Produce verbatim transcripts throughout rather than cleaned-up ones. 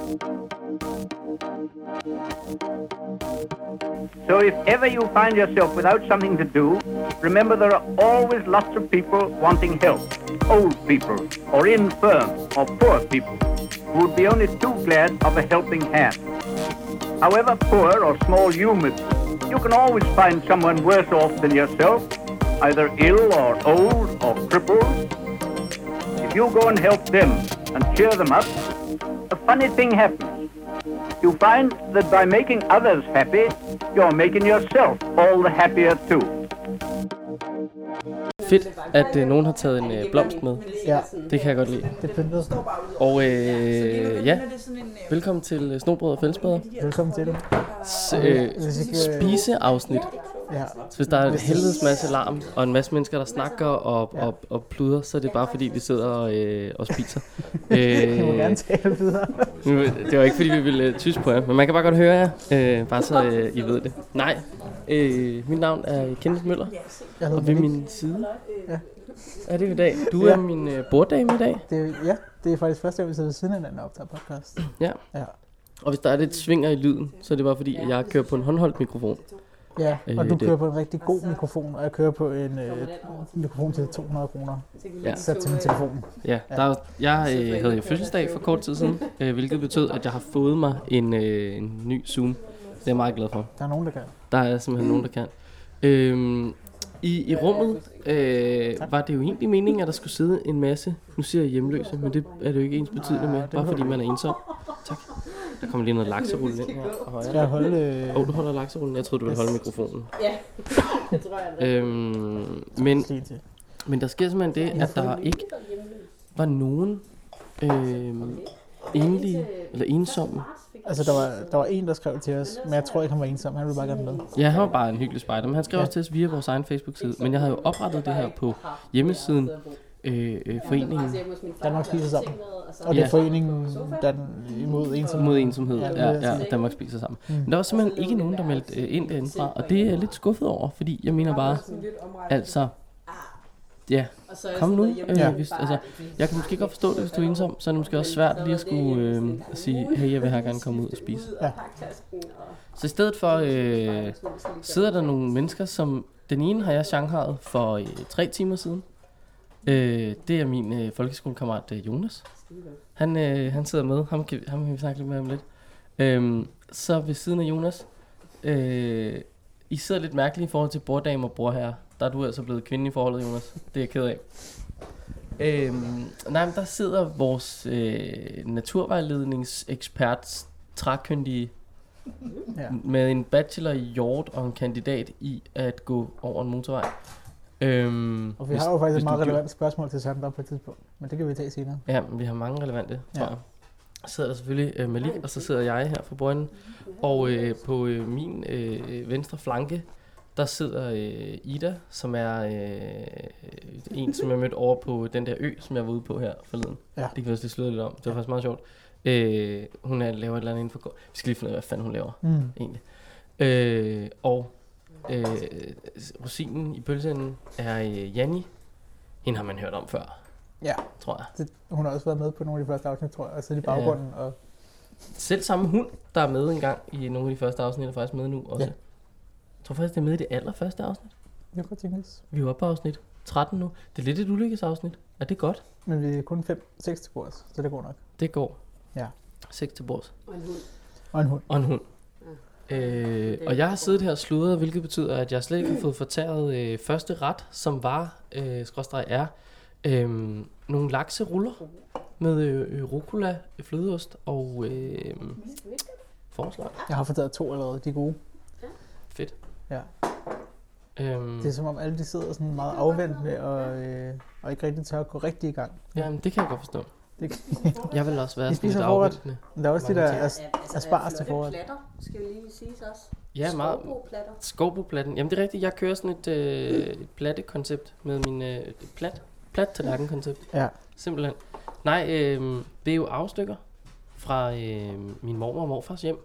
So if ever you find yourself without something to do, remember there are always lots of people wanting help. Old people, or infirm, or poor people, who would be only too glad of a helping hand. However poor or small you may be, you can always find someone worse off than yourself, either ill or old or crippled. If you go and help them and cheer them up, a funny thing happens. You find that by making others happy, you're making yourself all the happier too. Fedt, at øh, nogen har taget en øh, blomst med. Ja. Det kan jeg godt lide. Det pynter sådan. Og øh, ja, velkommen til øh, Snobrød og Fællesbader. Velkommen til det. S- øh, spiseafsnit. Ja. Så hvis der er en helvedes masse larm, og en masse mennesker, der snakker og, Ja. og, og pluder, så er det bare fordi, vi sidder og, øh, og spiser. Jeg må øh, gerne tale videre. nu, det var ikke fordi, vi ville øh, tyse på jer, men man kan bare godt høre jer, øh, bare så øh, I ved det. Nej, øh, mit navn er Kenneth Møller, Jeg hedder og ved Malik. min side Ja. er det i dag. Du Ja. er min øh, borddame i dag. Det er, ja, det er faktisk første gang, vi sidder ved siden af hinanden og optager podcast. Ja. Ja. Og hvis der er lidt svinger i lyden, så er det bare fordi, at jeg kører på en håndholdt mikrofon. Ja, og Øh, du det- kører på en rigtig god mikrofon, og jeg kører på en øh, mikrofon til to hundrede kroner. Ja. Sat til min telefon. Ja, der er, jeg øh, havde jo fødselsdag for kort tid siden, øh, hvilket betød, at jeg har fået mig en, øh, en ny Zoom. Det er jeg meget glad for. Der er nogen, der kan. Der er simpelthen nogen, der kan. Øhm, i, I rummet øh, var det jo egentlig meningen, at der skulle sidde en masse, nu siger jeg hjemløse, men det er det jo ikke ens betydende med, bare fordi man er ensom. Tak. Der kommer lige noget lakserullen ind her. Og Skal jeg holde... Øh, Åh, oh, du holder lakserullen. Jeg troede, du ville holde mikrofonen. Ja, det tror jeg. Øhm, men, lige til. men der sker simpelthen det, at der ikke var nogen øh, enlige eller ensomme. Altså, der var, der var en, der skrev til os, men jeg tror ikke, han var ensom. Han ville bare gerne med. Ja, han var bare en hyggelig spejder, men han skrev Ja. også til os via vores egen Facebook-side. Men jeg havde jo oprettet det her på hjemmesiden øh, øh, foreningen Danmark spiser sammen. Og det Ja. er foreningen der imod ensomhed. mod ensomhed. Ja, det vil Ja, jeg ja, sige. Danmark spiser sammen. Mm. Men der var simpelthen ikke nogen, der meldte øh, ind derindefra, og det er jeg lidt skuffet over, fordi jeg mener bare, altså, ja, kom nu. Øh, Ja. hvis, altså, jeg kan måske godt forstå det, hvis du er ensom, så er det måske også svært lige at skulle øh, at sige, hey, jeg vil her gerne komme ud og spise. Ja. Så i stedet for øh, sidder der nogle mennesker, som den ene har jeg shanghajet for øh, tre timer siden. Øh, det er min øh, folkeskolekammerat øh, Jonas. Han, øh, han sidder med, ham kan, ham kan vi snakke lidt mere om lidt. Øh, så ved siden af Jonas, øh, I sidder lidt mærkeligt i forhold til borddame og brorherre. Der er du altså blevet kvinde i forholdet, Jonas. Det er jeg ked af. Øhm, nej, men der sidder vores øh, naturvejledningsekspert, trækyndige, Ja. med en bachelor i hjort og en kandidat i at gå over en motorvej. Øhm, Og vi har jo faktisk hvis et meget du- relevant spørgsmål til Sandra på et tidspunkt. Men det kan vi tage senere. Ja, men vi har mange relevante, tror Ja. jeg. Så sidder der selvfølgelig øh, Malik, og så sidder jeg her for bøjlen. Og øh, på øh, min øh, venstre flanke, der sidder øh, Ida, som er øh, en, som jeg mødte over på den der ø, som jeg var ude på her forleden. Ja. Det kan vi også lige sløre lidt om. Det var faktisk meget sjovt. Øh, hun er, laver et eller andet inden for... gå- Vi skal lige finde ud af, hvad fanden hun laver, Mm. egentlig. Øh, og øh, rosinen i pølseenden er øh, Janni. Hende har man hørt om før, Ja, tror jeg. det, hun har også været med på nogle af de første afsnit, tror jeg. Og siddet i baggrunden. Og Selv samme hund, der er med en gang i nogle af de første afsnit, er faktisk med nu også. Ja. Jeg tror faktisk, det er med i det allerførste afsnit. jeg kunne godt tænke os. Vi er oppe på afsnit tretten nu. Det er lidt et ulykkesafsnit. Er det godt? Men vi er kun fem seks til bords, så det går nok. Det går. Ja. Seks til bords. Og en hund. Og en hund. Og en hund. Øh, og jeg har siddet her og sludret, hvilket betyder, at jeg slet ikke har fået fortæret øh, første ret, som var, øh, skråstreg er, øh, nogle lakseruller med øh, rucola, flødeost og øh, forslag. Jeg har fortalt to allerede, de er gode. Fedt. Ja. Øhm, Det er som om alle de sidder sådan meget afventende og, øh, og ikke rigtig tør at gå rigtig i gang. Jamen, det kan jeg godt forstå. Det, Jeg vil også være I sådan lidt spiser forret. afventende. Men der er også de Mange der ting. as, asparges til forret. Platter, skal vi lige sige også. Ja, meget. Skovboplatter. Skovboplatten. Jamen det er rigtigt, jeg kører sådan et, øh, et platte-koncept med min øh, et plat, plat tallerken-koncept. Ja. Simpelthen. Nej, øh, det er jo afstykker fra øh, min mormor og morfars hjem.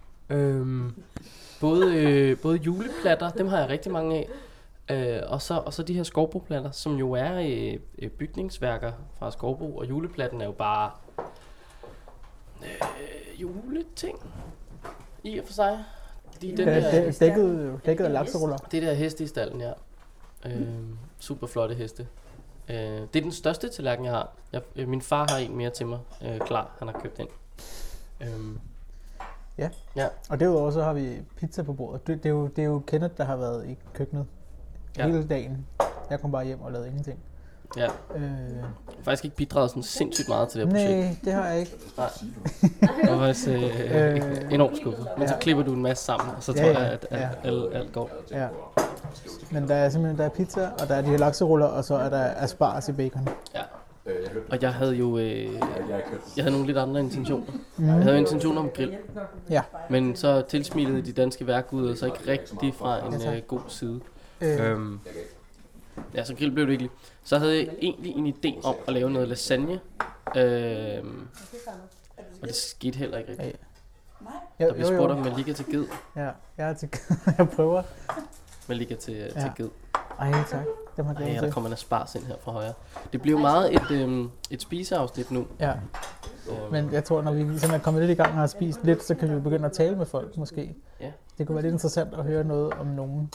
Øh, både, øh, både juleplatter, dem har jeg rigtig mange af. Øh, og, så, og så de her skovboplatter, som jo er øh, øh, bygningsværker fra Skovbo. Og juleplatten er jo bare... Øh, juleting i og for sig. De, den Ja, der, dæ- dækket, dækket af lakseruller. det der heste i stallen, ja. Øh, super flotte heste. Øh, det er den største tallerken, jeg har. Jeg, øh, min far har en mere til mig øh, klar, han har købt den. Øh, Ja. ja. Og derudover så har vi pizza på bordet. Det, det, er, jo, det er jo Kenneth, der har været i køkkenet Ja. hele dagen. Jeg kom bare hjem og lavede ingenting. Ja. Øh, Jeg har faktisk ikke bidraget sådan sindssygt meget til det her projekt. nej, det har jeg ikke. Nej. Jeg var faktisk øh, Øh, enormt skuffet. Men så ja. klipper du en masse sammen, og så Ja, tror ja, jeg, at alt, ja. alt, alt går. Ja. Men der er simpelthen der er pizza, og der er de her lakseruller, og så er der asparges i bacon. Ja. Og jeg havde jo øh, jeg havde nogle lidt andre intentioner. Mm. Jeg havde jo intentioner om grill, Ja. men så tilsmilede de danske værkguder så ikke rigtig fra en Ja, tak. øh, god side. Øh, Øhm, ja, så grill blev det ikke lige. Så havde jeg egentlig en idé om at lave noget lasagne. Øhm, og det skete heller ikke rigtigt. jo, Der blev jo, spurgt jo. om Malika til ged. Ja, jeg er til jeg prøver. Malika til, ja. Ja. til ged. Ej, tak. Det må Ej, jeg ja, der til. kommer en spars ind her fra højre. Det bliver meget et, øhm, et spiseafsnit nu. Ja, Øhm, men jeg tror, når vi ligesom er kommet lidt i gang og har spist lidt, så kan vi jo begynde at tale med folk måske. Ja. Det kunne være lidt interessant at høre noget om nogen.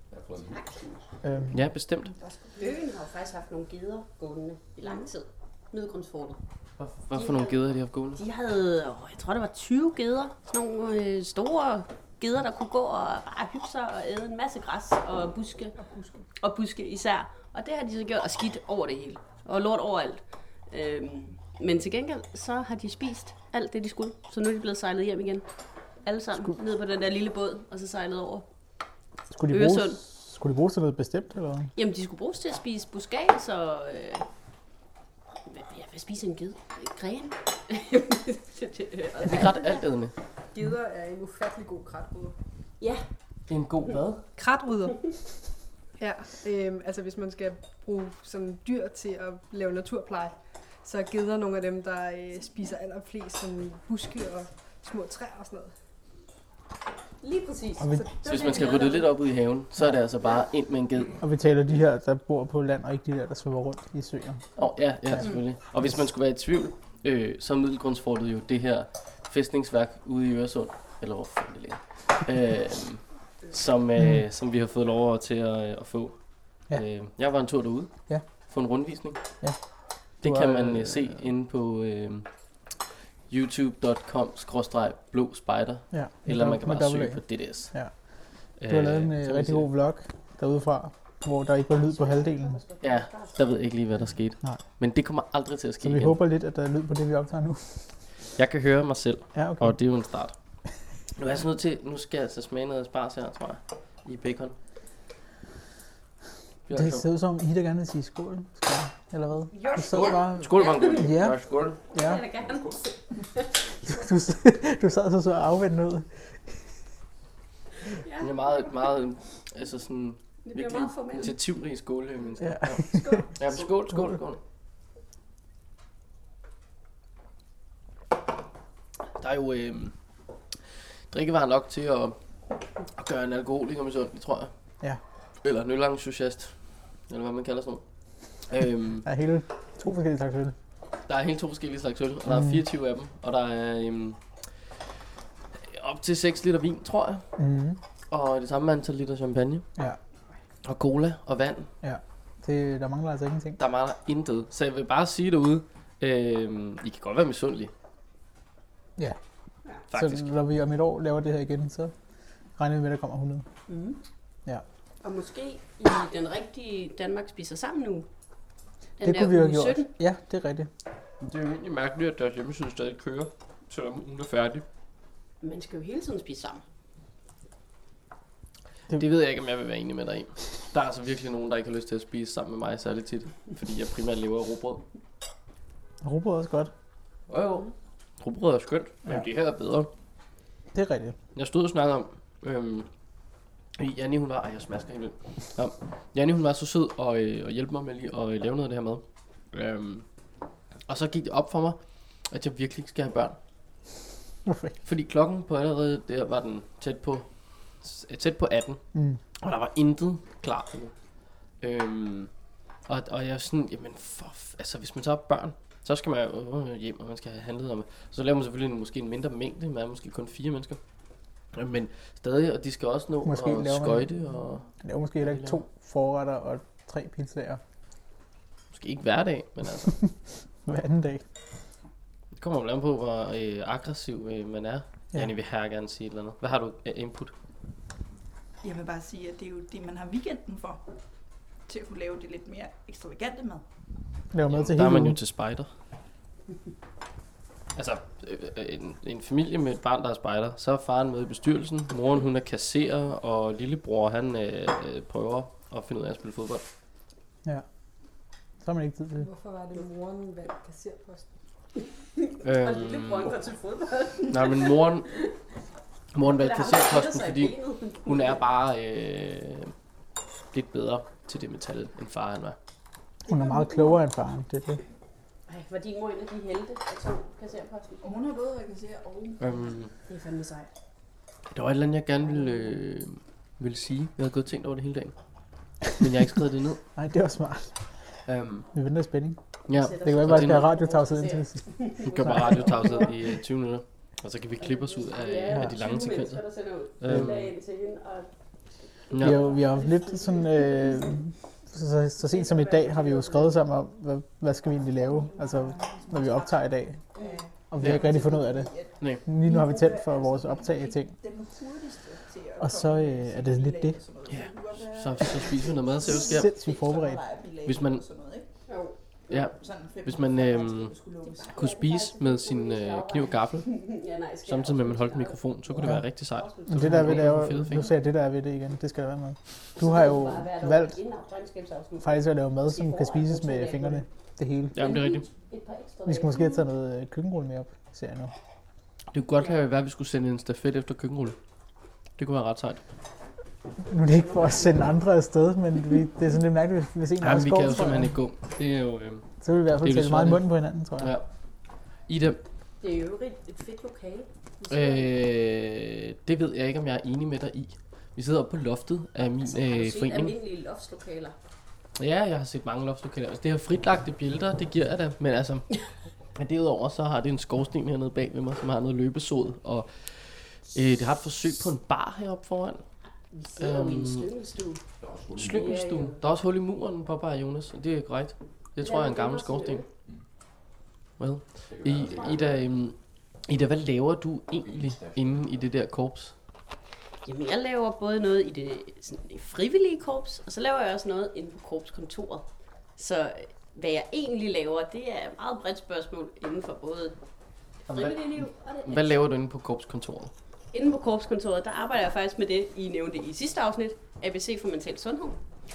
Øhm, Ja, bestemt. Øen har jo faktisk haft nogle geder gående i lang tid. Middelgrundsfortet. Hvad, hvad for nogle geder har de haft gående? De havde, åh, jeg tror det var tyve geder. Sådan nogle øh, store geder, der kunne gå og bare hygge sig og æde en masse græs og buske. Og buske. Og buske især. Og det har de så gjort, og skidt over det hele. Og lort overalt. Øhm, men til gengæld, så har de spist alt det, de skulle. Så nu er de blevet sejlet hjem igen. Alle sammen ned på den der lille båd, og så sejlet over. skulle, de bruges, Øresund. skulle de bruges til noget bestemt, eller hvad? Jamen, de skulle bruges til at spise buskage, så... Øh, hvad, ja, hvad spiser en ged? Gren? Det er ret altædende. Geder er en ufattelig god kratrydder. Ja, Det er en god hvad? Kratrydder? Ja, øhm, altså hvis man skal bruge sådan dyr til at lave naturpleje, så er geder nogle af dem, der øh, spiser allerflest sådan buske og små træer og sådan noget. lige præcis. Og vi, Så hvis man skal rydde lidt op ud i haven, så er det altså bare ind med en ged. og vi taler de her, der bor på land, og ikke de der, der svømmer rundt i søer. Åh, oh, ja, ja, selvfølgelig. Og hvis man skulle være i tvivl, øh, så er Middelgrundsfortet jo det her fæstningsværk ude i Øresund, eller hvor fanden det ligger, øh, som, øh, som vi har fået lov til at, øh, at få. Ja. Øh, jeg var en tur derude, Ja. få en rundvisning. Ja. Det Du kan har, man øh, øh, se inde på øh, youtube punktum com skråstreg blå spejder, Ja, eller man kan med bare dobbelt søge A. på D D S. Ja. Du har lavet en så øh, kan man rigtig se god det. vlog derudefra, hvor der ikke var lyd på halvdelen. Ja, der ved jeg ikke lige, hvad der skete. Nej. Men det kommer aldrig til at ske Så vi igen. håber lidt, at der er lyd på det, vi optager nu. Jeg kan høre mig selv, Ja, okay. og det er jo en start. Nu er jeg så nødt til, nu skal jeg altså smage noget spars her, tror jeg, i bacon. Bjørn, Det kom. ser ud som, I der gerne vil sige skål, skål eller hvad? Du sad bare... Skål, Bangul. Ja. Ja, skål. Ja, Jeg vil gerne. du, du sad så så afventende ud. Det er meget, meget, altså sådan, Det bliver virkelig meget formelt. initiativrig skål, mennesker. Ja. Ja. Ja, men skål, skål, skål. Der er jo øh, drikkevarer nok til at, at gøre en alkoholiker misundelig, tror jeg. Ja. Eller en ølentusiast, eller hvad man kalder sådan noget. øhm, Der er hele to forskellige slags øl. Der er helt to forskellige slags øl, og der er Mm. fireogtyve af dem, og der er øhm, op til seks liter vin, tror jeg, Mm. og det samme antal liter champagne, Ja, og cola og vand. det, der mangler altså ingenting. Der mangler intet, så jeg vil bare sige derude, øhm, I kan godt være misundelige. Ja. Faktisk. Så når vi om et år laver det her igen, så regner vi med, at der kommer hundrede. Mm. Ja. Og måske i den rigtige Danmark spiser sammen nu. Den Det der kunne vi jo have uge gjort. sytten. Ja, det er rigtigt. Det er jo egentlig mærkeligt, at deres hjemmeside stadig kører, selvom ugen er færdig. Man skal jo hele tiden spise sammen. Det- Det ved jeg ikke, om jeg vil være enig med dig i. Der er altså virkelig nogen, der ikke har lyst til at spise sammen med mig særligt tit, fordi jeg primært lever af rugbrød. Rugbrød er også godt. Jo jo. Rugbrød er skønt, men Ja. det her er bedre. Det er rigtigt. Jeg stod og snakkede om, øhm, Janni hun var, ej jeg smasker helt vildt. Ja, Janni hun var så sød og, øh, og hjælpe mig med lige at øh, lave noget af det her mad. Øhm, og så gik det op for mig, at jeg virkelig skal have børn. Hvorfor ikke? Fordi klokken på allerede der var den tæt på, tæt på atten, Mm. og der var intet klar endnu. Øhm, og, og jeg er sådan, jamen for, f- altså hvis man så har børn, Så skal man jo øh, hjem, og man skal have handlet om. Så laver man selvfølgelig en, måske en mindre mængde, man er måske kun fire mennesker. Men stadig, og de skal også nå Måske at laver man- skøjte, og Det er måske heller ikke to forretter og tre pizzaer måske ikke hver dag, men altså, hver anden dag. det kommer jo an på, hvor øh, aggressiv øh, man er. Ja. Ja. Janne vil her gerne sige et eller andet. Hvad har du af input? Jeg vil bare sige, at det er jo det, man har weekenden for. Til at kunne lave det lidt mere ekstravagante mad. Laver mad til Der er hele man jo ugen. til spejder. Altså, øh, en, en familie med et barn, der er spejder, så er faren med i bestyrelsen, moren hun er kasserer, og lillebror han øh, øh, prøver at finde ud af at spille fodbold. Ja. Så har man ikke tid til det. Hvorfor var det moren valgte kasserposten? Og Øhm, lillebror går til fodbold. nej, men moren, moren valgte Eller ham, der kasserposten, sætter sig i fordi benet. hun er bare øh, lidt bedre til det metal, end faren var. Hun er meget klogere end faren, det er det. Ej, var din mor en af de helte, der tog kasserposten? Og hun har både været kasserer og... Øhm, Det er fandme sejt. der var et eller andet, jeg gerne ville, øh, ville sige. Jeg havde gået og tænkt over det hele dagen. Men jeg har ikke skrevet det ned. Nej, det er også smart. Um, Vi venter i spænding. ja, Det kan være, at jeg skal have radiotavshed indtil det sidste. vi gør bare radiotavshed i øh, tyve minutter. Og så kan vi klippe os ud af, Ja, af de lange tyve sekvenser. mennesker, der sender ud. Øhm. Lag ind til hende, og Vi har, Ja. jo- vi har haft lidt sådan... Øh, så, så, så sent som i dag har vi jo skrevet sammen om, hvad, hvad skal vi egentlig lave, altså når vi optager i dag. Og vi har ikke rigtig fundet ud af det. Nej. Lige nu har vi tændt for vores optag ting. Den hurtigste til at Og så øh, er det lidt det. Ja, så, så spiser vi noget mad, så jeg skal. Sindssygt forberedt. Hvis man, jo. ja, hvis man øhm, kunne spise med sin øh, kniv og gaffel, Ja, nej, skal samtidig med at man holdt en mikrofon, så kunne det være rigtig sejt. Men det der ved det er jo, Fede nu fingre. ser jeg det der er ved det igen, det skal der være med. Du har jo valgt faktisk at lave mad, som kan spises med fingrene, det hele. Jamen, det er rigtigt. Vi skal måske have taget noget øh, køkkenrulle med op, ser jeg nu. Det kunne godt have været, at vi skulle sende en stafet efter køkkenrulle. Det kunne være ret sejt. Nu er det ikke for at sende andre afsted, men vi, det er sådan lidt mærkeligt, hvis- hvis en har Jamen, vi skov, kan jo tror jeg. simpelthen ikke gå. Det er jo... Øh, Så vil vi i hvert fald det er tælle meget i desværre munden på hinanden, tror jeg. ja. Ida, Det er jo et fedt lokale. øh, det ved jeg ikke, om jeg er enig med dig i. Vi sidder oppe på loftet af min Altså, har du øh, set forening. almindelige loftslokaler? Ja, jeg har set mange loftslokaler. Altså, det har fritlagte bjælter, det giver jeg da. Men altså, men derudover så har det en skorsten hernede bag ved mig, som har noget løbesod. Og øh, det har et forsøg på en bar heroppe foran. Vi sidder jo i en Øhm, slyngelstue. Slyngelstuen. Der er også hul i muren på bare Jonas, og det er korrekt. Det tror jeg er en gammel skorsten. Hvad? I, Ida, øhm, Ida, hvad laver du egentlig inde i det der korps? Jamen, jeg laver både noget i det, sådan, det frivillige korps, og så laver jeg også noget inde på korpskontoret. Så øh, hvad jeg egentlig laver, det er et meget bredt spørgsmål inden for både det frivillige liv og det Hvad laver du inde på korpskontoret? Inde på korpskontoret, der arbejder jeg faktisk med det, I nævnte i sidste afsnit, A B C for mental sundhed.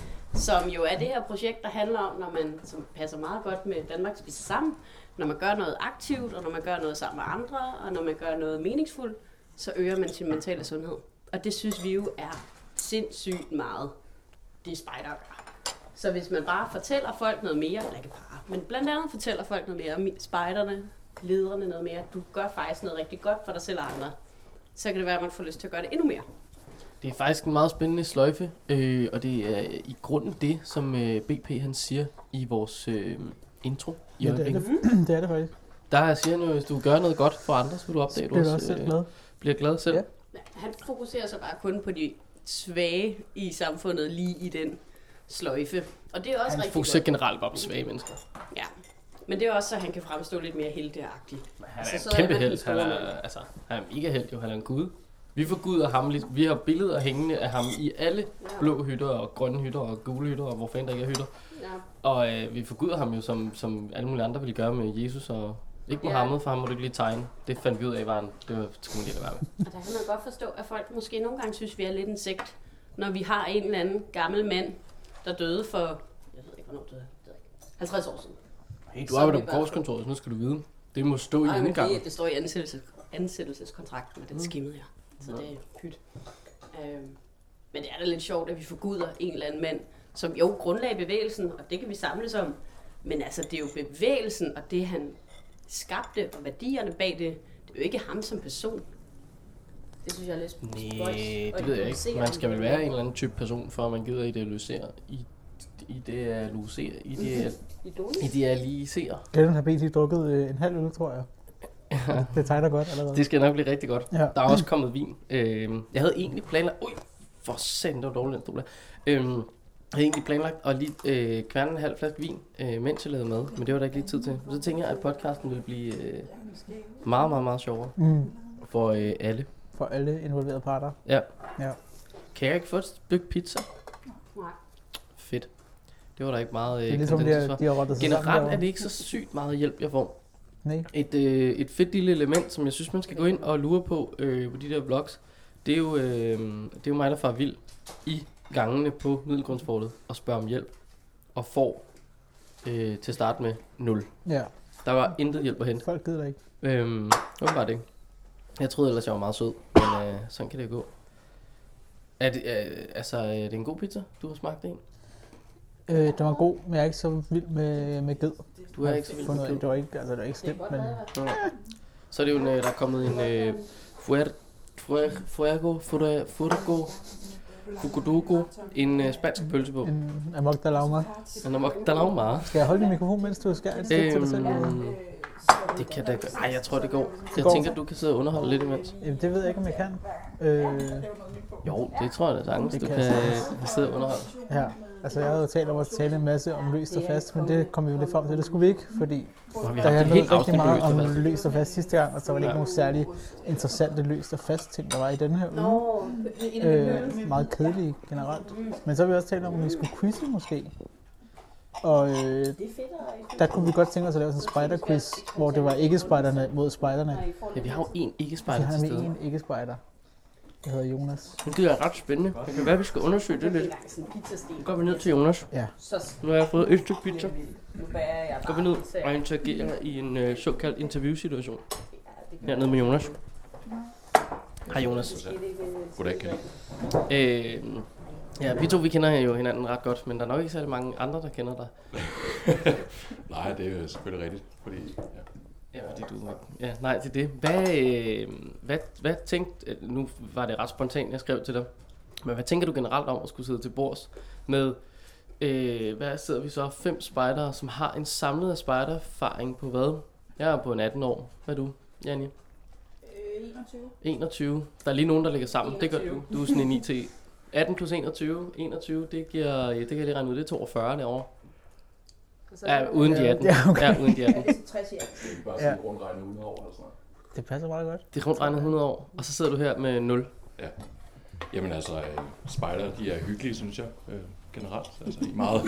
Som jo er det her projekt, der handler om, når man, som passer meget godt med Danmark spiser sammen, når man gør noget aktivt, og når man gør noget sammen med andre, og når man gør noget meningsfuldt, så øger man sin mentale sundhed. Og det synes vi jo er sindssygt meget, det spejder gør. Så hvis man bare fortæller folk noget mere, eller ikke bare, men blandt andet fortæller folk noget mere, om spejderne, lederne noget mere, du gør faktisk noget rigtig godt for dig selv og andre, så kan det være, at man får lyst til at gøre det endnu mere. Det er faktisk en meget spændende sløjfe, øh, og det er i grunden det, som øh, B P han siger i vores øh, intro. I Ja, det er øjeblikket. det, det er det faktisk. Der siger han jo, hvis du gør noget godt for andre, så vil du opdage, at du Bliver du også også selv øh, glad? bliver glad selv. Ja. Ja. Han fokuserer så bare kun på de svage i samfundet lige i den sløjfe. Og det er også Han rigtig fokuserer godt. generelt bare på svage mennesker. Ja. Men det er også så, han kan fremstå lidt mere helteagtig. Han Så er så en er kæmpe man den held. Han store er, mand. altså, han er mega held, jo. Han er en gud. Vi forguder ham lidt. Vi har billeder hængende af ham i alle Ja. blå hytter og grønne hytter og gule hytter og hvor fanden der ikke er hytter. Ja. Og øh, vi forguder ham jo, som, som alle mulige andre ville gøre med Jesus og ikke Ja. Mohammed, for ham må du ikke lige tegne. Det fandt vi ud af, var en, det var, skulle man lige lade være med. Og der kan man godt forstå, at folk måske nogle gange synes, vi er lidt en sekt, når vi har en eller anden gammel mand, der døde for, jeg ved ikke, hvornår døde, det ved jeg ikke, halvtreds år siden. Hey, du Så arbejder vi på bare- korpskontoret, så nu skal du vide. Det må stå i Nej, men indgangen. det, det står i ansættelses, ansættelseskontrakten, og den skimmede jeg. Så det er pyt. Øhm, men det er da lidt sjovt, at vi forguder en eller anden mand, som jo grundlagde bevægelsen, og det kan vi samles om. Men altså, det er jo bevægelsen, og det han skabte, og værdierne bag det, det er jo ikke ham som person. Det synes jeg er lidt spøjs Nej, at det ved jeg ikke. idealisere Man skal ham. vel være en eller anden type person, for at man gider idealisere, i, idealisere, ideal, idealisere. Glenn har bedt lige drukket øh, en halv øl, tror jeg. Det, det tegner godt allerede. Det skal nok blive rigtig godt. Ja. Der er også kommet vin. Øhm, jeg havde egentlig planlagt... Ui, for satan, det var dårligt, den stod der. Øhm, jeg havde egentlig planlagt at lige øh, kværne en halv flaske vin, øh, mens jeg lavede mad. Men det var der ikke lige tid til. Så tænker jeg, at podcasten ville blive øh, meget, meget, meget sjovere. Mm. For øh, alle. For alle involverede parter. Ja. Ja. Kan jeg ikke få et stykke pizza? Nej. Fedt. Det var der ikke meget øh, Det er ligesom, de konsensus har, for. de har rottet sig sammen Generelt er derovre. det ikke så sygt meget hjælp, jeg får. Nej. Et, øh, et fedt lille element, som jeg synes, man skal gå ind og lure på øh, på de der vlogs, det er jo, øh, det er jo mig, der farer vild i gangene på Middelgrundsfortet og spørger om hjælp. Og får øh, til at starte med nul. Ja, Der var intet hjælp at hente. folk gider ikke. Øhm, det var bare det. Jeg troede ellers, jeg var meget sød, men øh, sådan kan det gå. Er det, øh, altså, er det en god pizza, du har smagt en? Øh, den var god, men jeg er ikke så vild med, med ged. Du er ikke så vild Fundet med af, kød. det var ikke, altså det var ikke slemt, men Nå. Så er det jo, en, øh, der er kommet en øh, fuer, fuer, fuego, fuer, fuego, fugodogo, en øh, spansk pølse på. en amok, der laver mig. Den er nok, der er meget. Skal jeg holde din mikrofon, mens du skærer et stykke til dig selv? eller? Øhm, det kan da gøre. Ej, jeg tror, det går. Jeg går. tænker, du kan sidde og underholde lidt imens. Jamen, det ved jeg ikke, om jeg kan. Øh, Jo, det tror jeg da sagtens, Det du kan kan, jeg sagtens. kan sidde og underholde. ja. Altså, jeg havde jo talt om at tale en masse om løst og fast, men det kom vi jo lidt frem til, det skulle vi ikke, fordi Nu har vi der haft et handlede helt rigtig afsnit på meget løst og om fast. løst og fast sidste gang, og så var det ikke Ja. nogen særlig interessante løst og fast ting, der var i denne her uge. Nå, Øh, meget kedelige generelt. Men så har vi også talt om, om vi skulle quizze måske. Og øh, der kunne vi godt tænke os at lave sådan en spider-quiz, hvor det var ikke-spejderne mod spejderne. Ja, vi har jo en Vi ikke-spejder har til med stede. en ikke-spejder. Det hedder Jonas. Det er ret spændende. Det kan være, vi skal undersøge det lidt. Nu går vi ned til Jonas. Ja. Nu har jeg fået et stykke pizza. Nu går vi ned og interagerer i en øh, såkaldt interviewsituation. Hernede med Jonas. Hej Jonas. Goddag, Kenny. Øh, ja, vi to vi kender jo hinanden ret godt, men der er nok ikke særlig mange andre, der kender dig. Nej, det er jo selvfølgelig rigtigt, fordi ja. Ja, fordi du... Ja, nej til det. Hvad, øh, hvad, hvad tænkte... Nu var det ret spontant, jeg skrev til dig. Men hvad tænker du generelt om at skulle sidde til bords med... Øh, hvad sidder vi så? Fem spejdere, som har en samlet spejdererfaring på hvad? Jeg er på en atten år. Hvad er du, Janni? enogtyve. enogtyve. Der er lige nogen, der ligger sammen. Det gør du. Du er sådan en I T. atten plus enogtyve. enogtyve, det giver... Det kan jeg lige regne ud. Det er toogfyrre derovre. Ja, uden de atten. Ja, okay. Ja, uden de atten. tres, ja. Det er bare Ja. sådan rundregnet hundrede år eller sådan noget. Det passer meget godt. Det er rundt regnet hundrede år. Og så sidder du her med nul. Jamen altså, øh, spejder, de er hyggelige, synes jeg, øh, generelt. Altså, I er meget,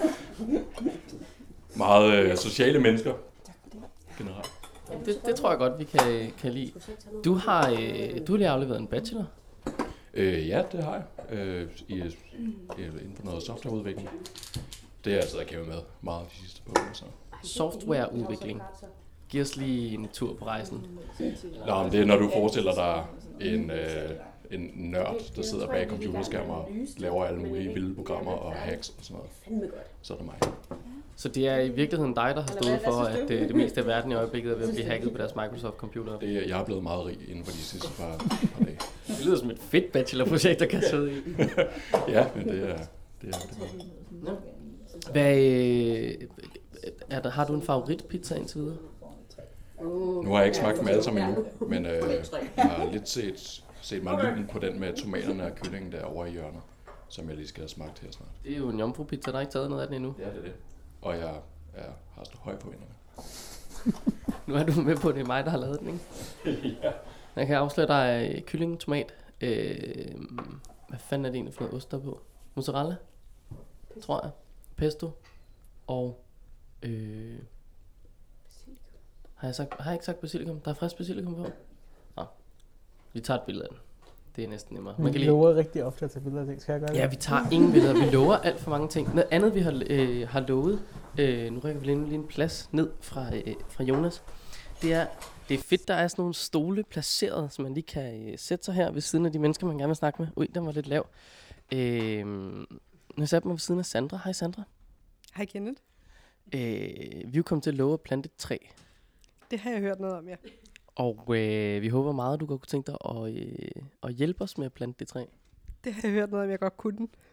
meget øh, sociale mennesker, generelt. Det, det tror jeg godt, vi kan, kan lide. Du har, øh, du har lige afleveret en bachelor. Øh, ja, det har jeg. Øh, i, i, inden for noget softwareudvikling. Det har jeg siddet og kæmpet med meget de sidste par uger. Så. Softwareudvikling. Giv os lige en tur på rejsen. Nå, men det er, når du forestiller dig en, øh, en nørd, der sidder bag computerskærmer og laver alle mulige vilde programmer og hacks og sådan noget. Så er det mig. Så det er i virkeligheden dig, der har stået for, at det, det meste af verden i øjeblikket er ved at blive hacket på deres Microsoft-computer. Det, er- jeg er blevet meget rig inden for de sidste par, par dage. Det lyder som et fedt bachelorprojekt, der kan sidde i. Ja, men det er det. Er, det er. Hvad, øh, er der, har du en favoritpizza indtil videre? Nu har jeg ikke smagt dem alle sammen endnu, men øh, jeg har lidt set, set mig lyden på den med tomaterne og kyllingen derovre i hjørnet, som jeg lige skal have smagt her snart. Det er jo en jomfrupizza, der er ikke taget noget af den endnu. Ja, det er det. Og jeg er, har stået højt på enderne. Nu er du med på, at det er mig, der har lavet den, ikke? Ja. Jeg kan afsløre dig kylling, tomat. Øh, hvad fanden er det egentlig for noget ost der er på? Mozzarella, tror jeg. Pesto. Og... Øh, har, jeg sagt, har jeg ikke sagt basilikum? Der er frisk basilikum på. Nå. Vi tager et billede af den. Det er næsten nemmere. Man Vi kan lige... lover rigtig ofte at tage billeder af ting. Skal jeg gøre det? Ja, vi tager ingen billeder. Vi lover alt for mange ting. Noget andet, vi har, øh, har lovet, øh, nu rykker vi lige en plads ned fra, øh, fra Jonas, det er, det er fedt, der er sådan nogle stole placeret, så man lige kan øh, sætte sig her ved siden af de mennesker, man gerne vil snakke med. Ui, den var lidt lav. Øh, nu har jeg mig ved siden af Sandra. Hej Sandra. Hej Kenneth. Øh, vi er jo kommet til at love at plante et træ, Det har jeg hørt noget om, ja. og øh, vi håber meget, at du godt kunne tænke dig at, øh, at hjælpe os med at plante det træ. Det har jeg hørt noget om, jeg godt kunne.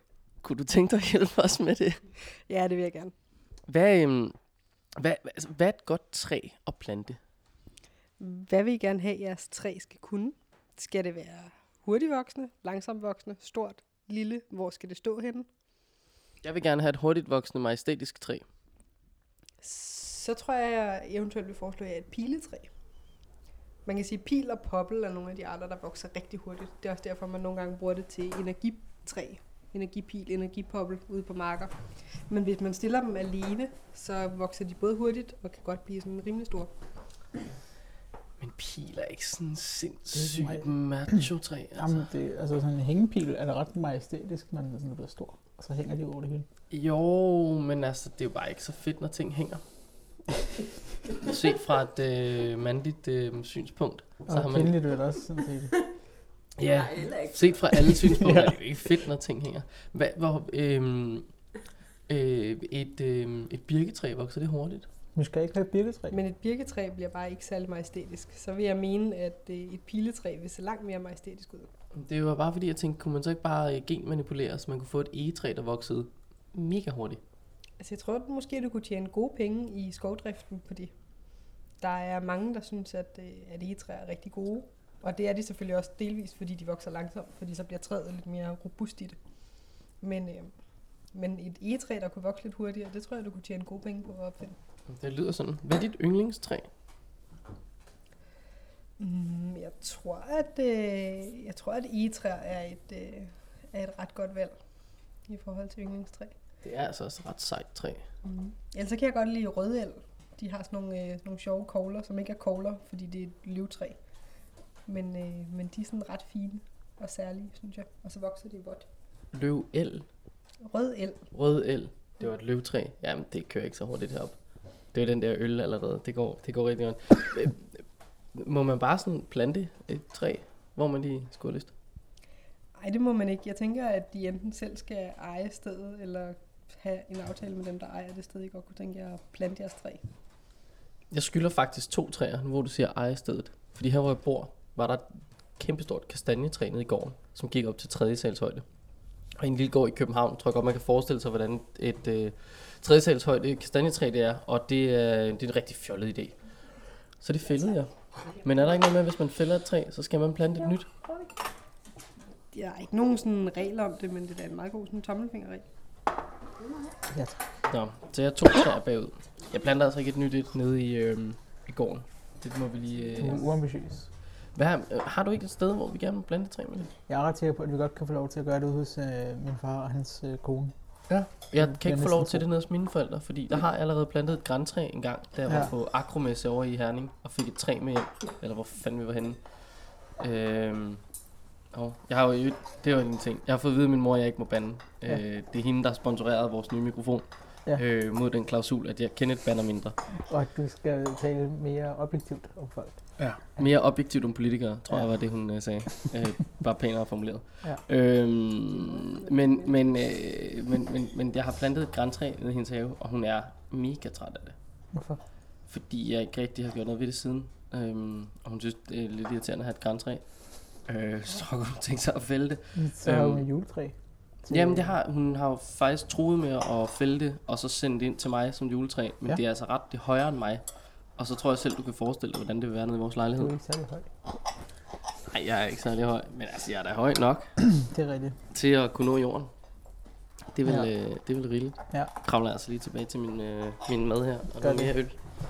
kunne du tænke dig at hjælpe os med det? Ja, det vil jeg gerne. Hvad, øhm, hvad, altså, hvad er et godt træ at plante? Hvad vil I gerne have, jeres træ skal kunne? Skal det være hurtigvoksende, langsomtvoksende, stort, lille? Hvor skal det stå henne? Jeg vil gerne have et hurtigt voksende majestætisk træ. Så tror jeg, jeg eventuelt vil foreslå jer et piletræ. Man kan sige, at pil og poppel er nogle af de arter, der vokser rigtig hurtigt. Det er også derfor, man nogle gange bruger det til energitræ. Energipil, energipoppel ude på marker. Men hvis man stiller dem alene, så vokser de både hurtigt og kan godt blive sådan rimelig store. Men pil er ikke sådan sindssygt macho-træ. Altså. Jamen, det, altså sådan en hængepil er da ret majestætisk, når den sådan bliver stor. Og så hænger de over det hele. Jo, men altså, det er jo bare ikke så fedt, når ting hænger. Set fra et øh, mandligt øh, synspunkt. Så og har man... kvindeligt vil det også sådan set. Ja, set fra alle synspunkter er det jo ikke fedt, når ting hænger. Hvad, hvor, øh, øh, et, øh, et birketræ vokser det hurtigt? Vi skal ikke have birketræ. Men et birketræ bliver bare ikke særlig majestætisk. Så vil jeg mene, at øh, et piletræ vil se langt mere majestætisk ud. Det var bare fordi, jeg tænkte, kunne man så ikke bare genmanipulere, så man kunne få et egetræ, der voksede mega hurtigt? Altså jeg tror at måske, du kunne tjene gode penge i skovdriften på det. Der er mange, der synes, at, at egetræer er rigtig gode. Og det er de selvfølgelig også delvis, fordi de vokser langsomt, fordi så bliver træet lidt mere robust i det. Men, øh, men et egetræ, der kunne vokse lidt hurtigere, det tror jeg, du kunne tjene gode penge på at opfinde. Det lyder sådan. Hvad er dit yndlingstræ? Mm, jeg tror, at øh, jeg tror, at egetræer er et, øh, er et ret godt valg i forhold til yndlingstræ. Det er altså også et ret sejt træ. Mm. Ellers så kan jeg godt lide rødel. De har sådan nogle, øh, nogle sjove kogler, som ikke er kogler, fordi det er et løvtræ. Men, øh, men de er sådan ret fine og særlige, synes jeg. Og så vokser de vådt. Løv-el. Rødel. Rød-el. Det var et løvtræ. Jamen, det kører ikke så hurtigt herop. Det er den der øl allerede. Det går, det går rigtig godt. Må man bare sådan plante et træ, hvor man lige skulle have lyst? Nej, det må man ikke. Jeg tænker, at de enten selv skal eje stedet, eller have en aftale med dem, der ejer det sted, I godt kunne tænke jer at plante jeres træ. Jeg skylder faktisk to træer, hvor du siger eje stedet. Fordi her, hvor jeg bor, var der et kæmpestort kastanjetræ nede i gården, som gik op til tredje sals højde. Og i en lille gård i København, tror jeg godt, man kan forestille sig, hvordan et øh, tredje sals højde kastanjetræ det er. Og det er, det er en rigtig fjollet idé. Så det fældede jeg. Men er der ikke noget med, at hvis man fælder et træ, så skal man plante et nyt? Der er ikke nogen sådan regler om det, men det er en meget god sådan tommelfingerregel. Ja. Nå, så jeg har to træer bagud. Jeg planter altså ikke et nyt et nede i, øh, i gården. Det må vi lige... Du Øh... er uambitiøs. Hvad, øh, har du ikke et sted, hvor vi gerne må plante et træ med det? Jeg er ret sikker på, at vi godt kan få lov til at gøre det ude hos øh, min far og hans øh, kone. Ja. Jeg kan ikke få lov næsten til det nede hos mine forældre, fordi der har jeg allerede plantet et grantræ en gang, da jeg Ja. var på akromesse over i Herning, og fik et træ med hjem. Eller hvor fanden vi var henne. Øhm, og jeg har jo, det var en ting. Jeg har fået at vide af min mor, at jeg ikke må bande. Ja. Øh, det er hende, der har sponsoreret vores nye mikrofon. Ja. Øh, mod den klausul, at jeg kender et bander mindre. Og at du skal tale mere objektivt om folk. Ja. Mere objektivt om politikere, tror Ja. jeg var det, hun øh, sagde. øh, bare pænere formuleret. Ja. Øhm, men, men, øh, men, men, men jeg har plantet et grantræ nede i hendes have, og hun er mega træt af det. Hvorfor? Fordi jeg ikke rigtig har gjort noget ved det siden. Øhm, og hun synes, det er lidt irriterende at have et grantræ. Øh, så kunne hun tænke sig at fælde det. Så har hun Øhm, et juletræ. til- Jamen det har, hun har jo faktisk truet med at fælde det, og så sende det ind til mig som juletræ. Men Ja. det er altså ret, det er højere end mig. Og så tror jeg selv, du kan forestille dig, hvordan det vil være nede i vores Du lejlighed. er ikke særlig høj. Nej, jeg er ikke særlig høj, men altså jeg er da høj nok Det er rigtigt. til at kunne nå jorden. Det er vel, Ja. øh, det er vel rigeligt. Ja. Kravler altså lige tilbage til min, øh, min mad her, og Gør noget mere øl.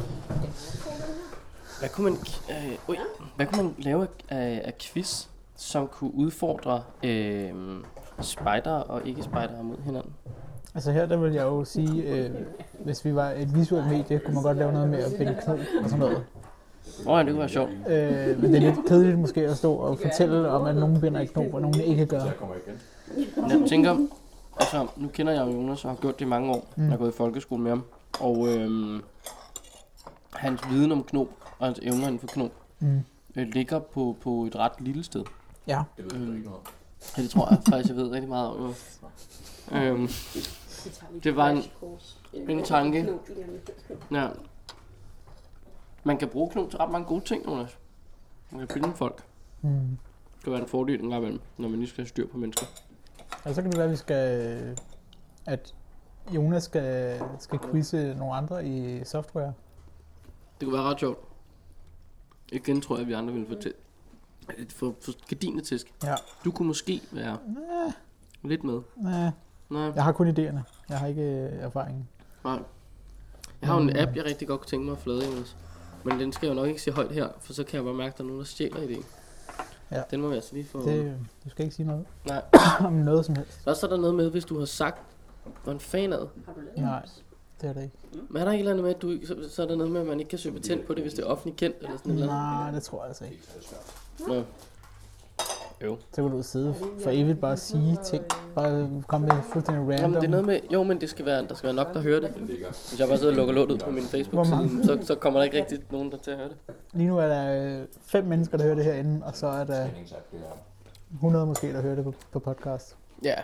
Hvad kunne man, øh, ui, hvad kunne man lave af, af quiz, som kunne udfordre øh, spider og ikke spider mod hinanden? Altså her, der vil jeg jo sige, øh, hvis vi var et visuelt medie, kunne man godt lave noget med at binde knob og sådan noget. Åh, oh, det kunne være sjovt. Øh, men det er lidt kedeligt måske at stå og fortælle om, at nogen binder et knob, og nogen ikke gør. Jeg tænker, altså nu kender jeg jo Jonas og har gjort det i mange år. Mm. Jeg har gået i folkeskole med ham. Og øh, hans viden om knob og hans evner inden for knob Mm. øh, ligger på, på et ret lille sted. Ja. Det ved jeg ikke noget om. Ja, det tror jeg faktisk, jeg ved rigtig meget om. jo. Øhm, det var en, en tanke. Ja. Man kan bruge knob til ret mange gode ting, Jonas. Man kan binde folk. Mm. Det kan være en fordel en gang imellem, når man lige skal have styr på mennesker. Og så kan det være, at vi skal, at Jonas skal, skal quizze nogle andre i software. Det kunne være ret sjovt. Igen tror jeg, at vi andre ville fortælle. For, for gardinetisk. Ja. Du kunne måske være Næh. lidt med. Nej. Nej. Jeg har kun idéerne. Jeg har ikke øh, erfaringen. Nej. Jeg har jo en app, jeg rigtig godt kunne tænke mig at flade, Jonas. Men den skal jeg jo nok ikke se højt her, for så kan jeg bare mærke, at der er nogen, der stjæler idéen. Ja. Den må jeg altså lige få... Det, du skal ikke sige noget. Nej. Om noget som helst. Og så er der noget med, hvis du har sagt, hvor en fan af. Nej, det er det ikke. Men er der ikke et eller andet med, at du, ikke- så, så er der noget med, at man ikke kan søge patent på det, hvis det er offentligt kendt, eller sådan noget? Nej, det tror jeg altså ikke. Nå. Jo. Så kan du sidde for evigt bare sige ting. Bare komme med fuldstændig random. Jamen, det er noget med, jo, men det skal være, der skal være nok, der hører det. Hvis jeg bare sidder og lukker låget ud på min Facebook-side, så, så kommer der ikke rigtig nogen, der til at høre det. Lige nu er der øh, fem mennesker, der hører det herinde, og så er der hundrede måske, der hører det på, på podcast. Ja.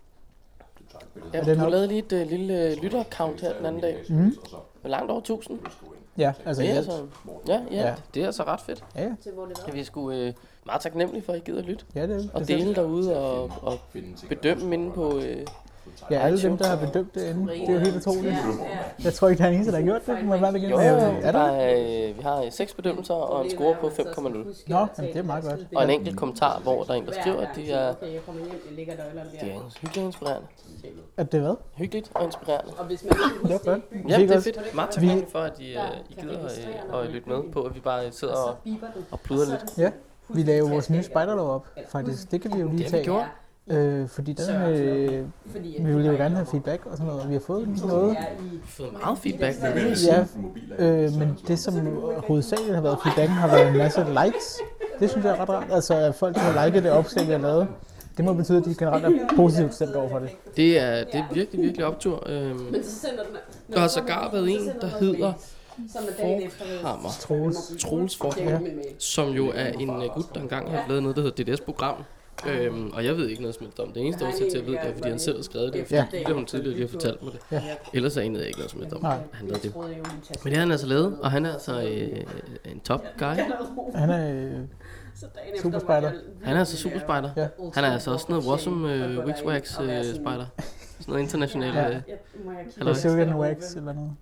Ja, Er det du nok? lavede lige et uh, lille uh, lytter-account her den anden dag. Mhm. Med langt over tusind. Ja, altså Det er ja. altså, ja, ja, Ja. det er altså ret fedt. Ja, ja. Ja, vi er sgu øh, meget taknemmelige for, at I gider at lytte. Ja, det er Og det. dele derude og, og bedømme dem inde på... Øh, Ja, alle dem, der har bedømt det inde. Det er jo helt utroligt. Jeg tror ikke, der er en eneste, der har gjort det. Må jeg være det igen? jo, Er jo, der? der er, øh, vi har øh, seks bedømmelser og en score på fem komma nul. Nå, jamen, det er meget godt. Og en enkelt kommentar, hvor der er en, der skriver, at det er, det er hyggeligt og inspirerende. At det er hvad? Hyggeligt og inspirerende. Det var godt. Vi Ja, fik det er også- fedt. Meget taknemmelig for, at I, øh, I gider øh, at lytte med på, at vi bare sidder og, og pluder lidt. Ja, vi lavede vores nye spejderlov op, faktisk. Det kan vi jo lige Det har vi tage. gjort. Øh, fordi den øh, vi ville jo gerne have feedback og sådan noget, og vi har fået noget. Vi har fået meget feedback med det. Ja, øh, men det som hovedsageligt har været feedbacken, har været en masse likes. Det synes jeg er ret rart. Altså, at folk har liket det opslag, vi har lavet. Det må betyde, at de generelt er positivt stemt over for det. Det er, det er virkelig, virkelig optur. Øhm, der har sågar været en, der hedder Forhammer. Troels. Troels Forhammer, som jo er en uh, gut, der engang har lavet noget, der hedder D D S-program. Øhm, og jeg ved ikke noget som helst om det. eneste årsag til, at jeg ved det, er, fordi han selv har skrevet det. Fordi Ja. det har hun tidligere lige har fortalt mig det. Ja. Ellers anede jeg ikke noget som helst om, Nej. at han lavede det. Men det har han altså lavet, og han er altså øh, en top guy. Han er øh, superspejder. Han er altså superspejder. Ja. Han er altså også noget Wasum øh, Wixwax øh, spejder. Sådan noget internationalt. Ja. Øh, halløj. Brazilian Wax eller noget.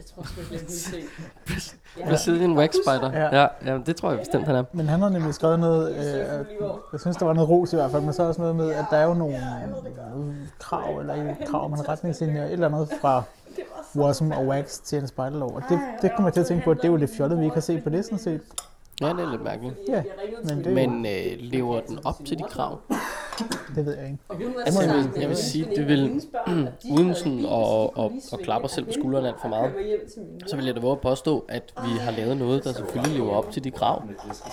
Brazilian Wax Spider. Ja. Ja, ja, det tror jeg bestemt, han er. Men han har nemlig skrevet noget, øh, jeg synes, der var noget ros i hvert fald, men så også noget med, at der er jo nogle øh, krav, eller ikke krav, men retningslinjer, et eller andet fra Wasm og Wax til en spejderlov. Og det, det kommer jeg til at tænke på, at det er jo lidt fjollet, vi ikke har set på det sådan set. Ja, det er lidt mærkeligt. Ja, men det, Men øh, lever den op til de krav? det ved jeg ikke. Altså, jeg vil, jeg vil sige, det vil, uden sådan at, at, at klappe os selv på skuldrene alt for meget, så vil jeg da våge at påstå, at vi har lavet noget, der selvfølgelig lever op til de krav.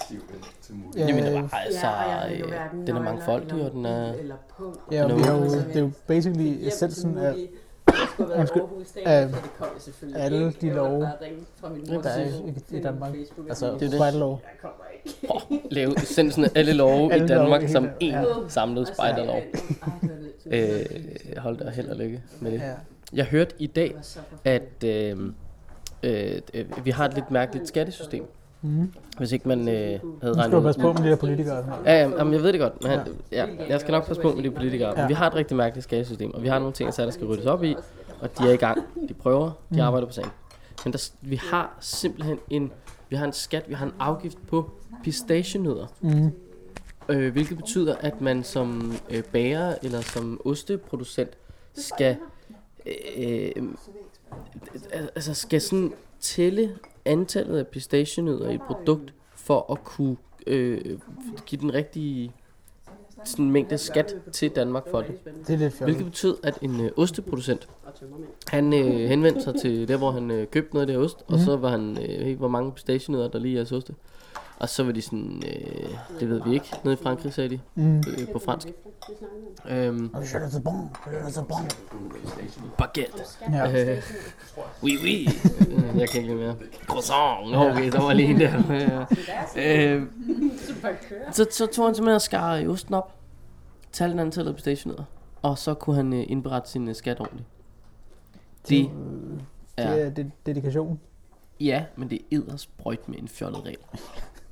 Jeg mener bare, altså, øh, den er mangfoldig, og den er... Ja, og vi har jo, det er jo basically essensen af, undskyld, af alle de love, der er i, i Danmark. Altså det. spejderlov. Oh, lave essensen af alle love Alle i Danmark love i som hele- en ja. samlet spejderlov. Øh, hold da held og lykke med det. Ja. Jeg hørte i dag, at øh, øh, øh, vi har et lidt mærkeligt skattesystem. Mm. Hvis ikke man øh, havde Nu skal regnet du ud. passe på med de der politikere og sådan noget. Ja, ja, jamen, jeg ved det godt, men han, ja, jeg skal nok passe på med de politikere. Men Ja. vi har et rigtig mærkeligt skattesystem, og vi har nogle ting, der skal ryddes op i, og de er i gang. De prøver, de Mm. arbejder på sagen. Men der, vi har simpelthen en, vi har en skat, vi har en afgift på pistachienødder. Mm. Øh, hvilket betyder, at man som øh, bager eller som osteproducent skal, øh, øh, altså skal sådan tælle antallet af pistachienødder i et produkt for at kunne øh, give den rigtige sådan mængde skat til Danmark for det. Det er lidt fjollet. Hvilket betyder, at en øh, osteproducent, han øh, henvendte sig til der, hvor han øh, købte noget af det her ost, og så var han, øh, hey, hvor mange pistachienødder der lige er i jeres oste. Og så var de sådan, øh, det ved vi ikke, nede i Frankrig sagde de, Mm. øh, på fransk. Øhm, Og je le bon, je le bon. baguette. Ja. Øh, oui, oui. Øh, Jeg kan ikke lide mere. Croissant. Nå, okay, der var lige en der. Øh, så, så tog han simpelthen og skar øh, osten op, talte antallet af pistachienødder, og så kunne han øh, indberette sin øh, skat ordentligt. Det Det er, er det, dedikation. ja, men det er eddersprøjt med en fjollet regel.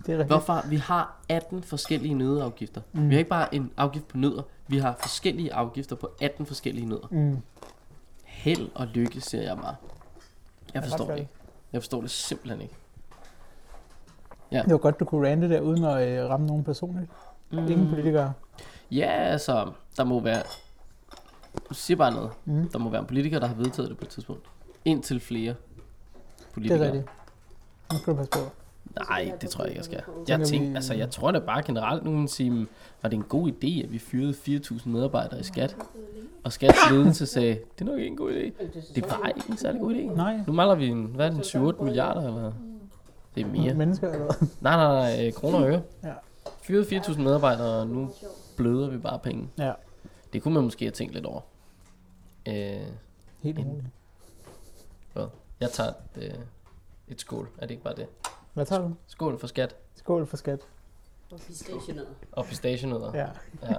Det er rigtigt. Hvorfor? Vi har atten forskellige nøddeafgifter. Mm. Vi har ikke bare en afgift på nødder. Vi har forskellige afgifter på atten forskellige nødder. Mm. Held og lykke, siger jeg bare. Jeg forstår det ikke. Jeg forstår det simpelthen ikke. Ja. Det var godt, du kunne rante der, uden at øh, ramme nogen personligt. Mm. Ingen politikere. Ja, altså, der må være... Du siger bare noget. Mm. Der må være en politiker, der har vedtaget det på et tidspunkt. Indtil flere politikere. Det er rigtigt. Nu skal du passe på. Nej, det tror jeg ikke, jeg skal. Jeg, tænker, altså, jeg tror da bare generelt, nu kan sige, var det en god idé, at vi fyrede fire tusind medarbejdere i skat? Og Skats ledelse sagde, det er nok ikke en god idé. Det var ikke en særlig god idé. Nej. Nu mangler vi en, hvad er det, syv otte milliarder, eller? Det er mere. Mennesker, eller hvad? Nej, nej, nej, kroner og øre. Ja. Fyrede fire tusind medarbejdere, og nu bløder vi bare penge. Ja. Det kunne man måske have tænkt lidt over. Øh, Helt en- umuligt. Hvad? Jeg tager et, øh, et skål. Er det ikke bare det? Hvad tager du? Skål for skat Skål for skat. Og pistachienødder. og pistachienødder. Ja. Ja.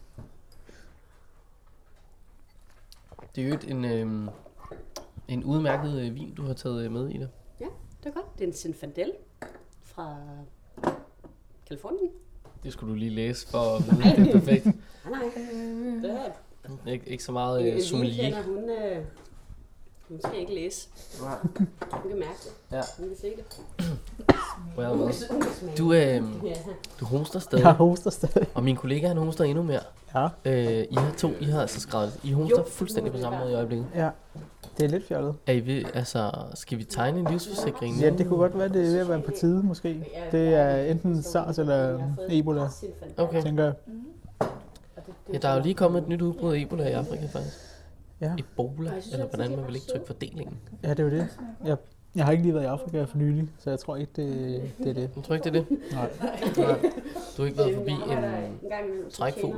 Det er jo et, en, øh, en udmærket øh, vin, du har taget øh, med i det. Ja, det er godt. Det er en Zinfandel fra Kalifornien. Det skulle du lige læse for at vide, det er perfekt. Nej, nej. Det er Ik- ikke så meget øh, en sommelier. vinkender, hun, øh, hun skal ikke læse. Hun kan mærke det. Ja. Hun kan se det. Well, Hun well. kan, hun kan smage Du, øh, det. Ja. du hoster Jeg stadig, hoster stadig. og min kollega han hoster endnu mere. Ja. Øh, I har to, I har altså skrevet, I hoster fuldstændig på samme måde i øjeblikket. Ja. Det er lidt fjollet. Er I ved, altså, skal vi tegne en livsforsikring nu? Ja, det kunne godt være, det er ved at være på tide, måske. Det er enten SARS eller Ebola, Okay. tænker jeg. Ja, der er jo lige kommet et nyt udbrud af Ebola i Afrika, faktisk. Ja. Ebola, eller hvordan man vil ikke trykke fordelingen. Ja, det er jo det. Jeg, jeg har ikke lige været i Afrika for nylig, så jeg tror ikke, det, det er det. Jeg tror ikke, det er det. Nej. Du har ikke været forbi en trækfugl,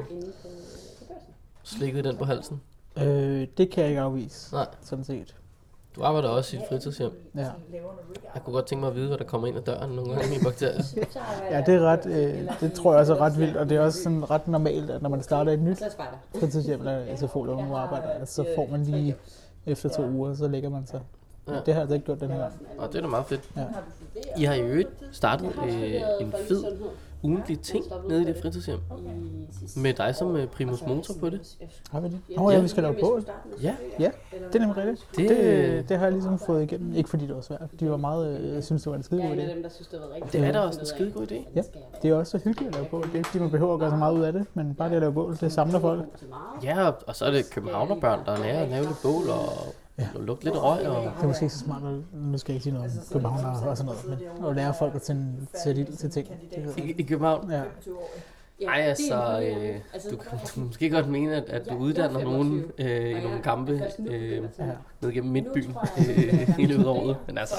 slikket den på halsen. Øh, det kan jeg ikke afvise, Nej, sådan set. du arbejder også i et fritidshjem. Ja, Jeg kunne godt tænke mig at vide, hvad der kommer ind ad døren nogle gange i bakterier. ja det er ret, øh, det tror jeg også er ret vildt, og det er også sådan ret normalt, at når man starter et nyt fritidshjem eller S F O, eller hvor man arbejder, at så får man lige efter to uger, så lægger man sig. Ja. Det har jeg altså ikke gjort den her gang. Og det er da meget fedt. Ja. I har i øvrigt startet øh, en fed ugentlig ting nede i det fritidshjem. Med dig som øh, primus motor på det. Har vi det? Åh oh, ja, vi skal lave bål. Ja, Ja, det er nemlig rigtigt. Det- Det, det har jeg ligesom fået igennem. Ikke fordi det var svært. De var meget, øh, jeg synes, det var en skide god idé. dem, der synes, det var rigtig det er da også en skide god idé. Ja, det er også så hyggeligt at lave bål. Det er ikke fordi, man behøver at gøre så meget ud af det, men bare det at lave bål, det samler folk. Ja, og- og så er det københavnerbørn, der lærer at lave lidt bål og, og lugte lidt røg. Og, Det er måske ikke så smart, at, nu skal jeg ikke sige noget om København og sådan noget, men at lære folk at tænde, sætte ild til ting. Det ved jeg. i, I København. Ja, Ej, altså, øh, du kan du kan måske godt mene, at, at du uddanner nogen øh, i nogle kampe øh, ja. ned gennem midtbyen øh, i løbet af året. Men altså,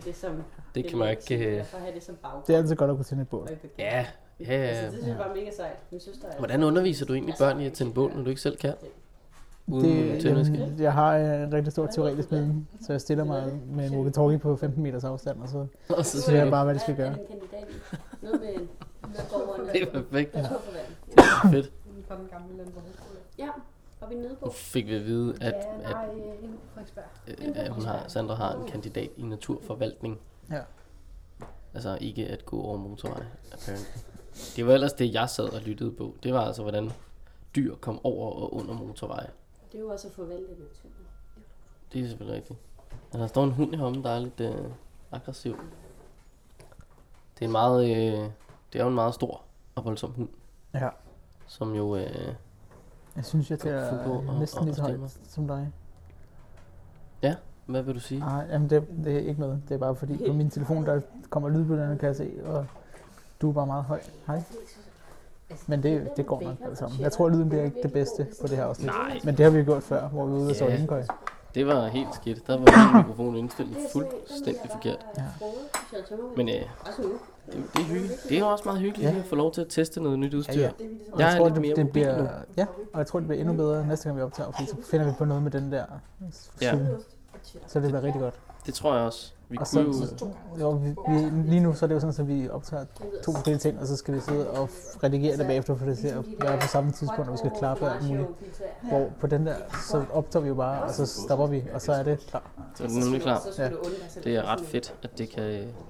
det kan man ikke... Øh, Det er altid godt at kunne tænde et bål. ja, ja, ja. Det synes jeg var mega sejt. Min søster er... Hvordan underviser du egentlig børn i at tænde bål, når du ikke selv kan? Uden Det, tændvæske? jamen, jeg har en rigtig stor teoretisk viden, så jeg stiller mig med en walkie-talkie på femten meters afstand, og så Og så siger jeg bare, hvad de skal gøre. Er det en kandidat i? Noget med medborgerne. Det er perfekt. Ja. Fedt. Fra den gamle landbrugshøjskole. Ja, og vi er nede på. Nu fik vi at vide, at, Ja, at, nej, øh, inde på Frederiksberg. øh, at hun har, Sandra har en kandidat i naturforvaltning. Ja. Altså ikke at gå over motorvej, apparently. Det var ellers det, jeg sad og lyttede på. Det var altså, hvordan dyr kom over og under motorveje. Det er jo også at forvalte naturen. Det er selvfølgelig rigtigt. Men der står en hund heromme, der er lidt øh, aggressiv. Det er en meget, øh, det er jo en meget stor og voldsom hund, Ja. som jo, øh, Jeg synes, jeg Fugo er og- næsten og lige så højt stemmer. som dig. hvad vil du sige? Nej, jamen det, det er ikke noget. Det er bare fordi på min telefon, der kommer lydbølgerne, kan jeg se, og du er bare meget høj. Hej. Men det, det går nok alt sammen. Jeg tror, lyden bliver ikke det bedste på det her afsnit. Nej. Men det har vi gjort før, hvor vi var ude og så Ja. hængekøj. Det var helt skidt. Der var min mikrofon indstillet fuldstændig forkert. Ja. Men øh, det, det er hyggeligt. Det er jo også meget hyggeligt Ja. at få lov til at teste noget nyt udstyr. Ja, ja. Og Jeg jeg er tror, lidt det, mere det mobil bliver, nu. ja, og jeg tror, det bliver endnu bedre næste gang, vi optager, fordi så finder vi på noget med den der Ja. Zoom. Så det bliver rigtig godt. Det tror jeg også. Vi Og kunne jo... så, så, jo, vi, vi, lige nu så er det jo sådan, at vi optager to forskellige ting, og så skal vi sidde og redigere det bagefter, for det til at være på samme tidspunkt, og vi skal klappe alt muligt. Hvor på den der, så optager vi jo bare, og så stopper vi, og så er det klar. Så er det nemlig klar. Ja. Det er ret fedt, at det kan,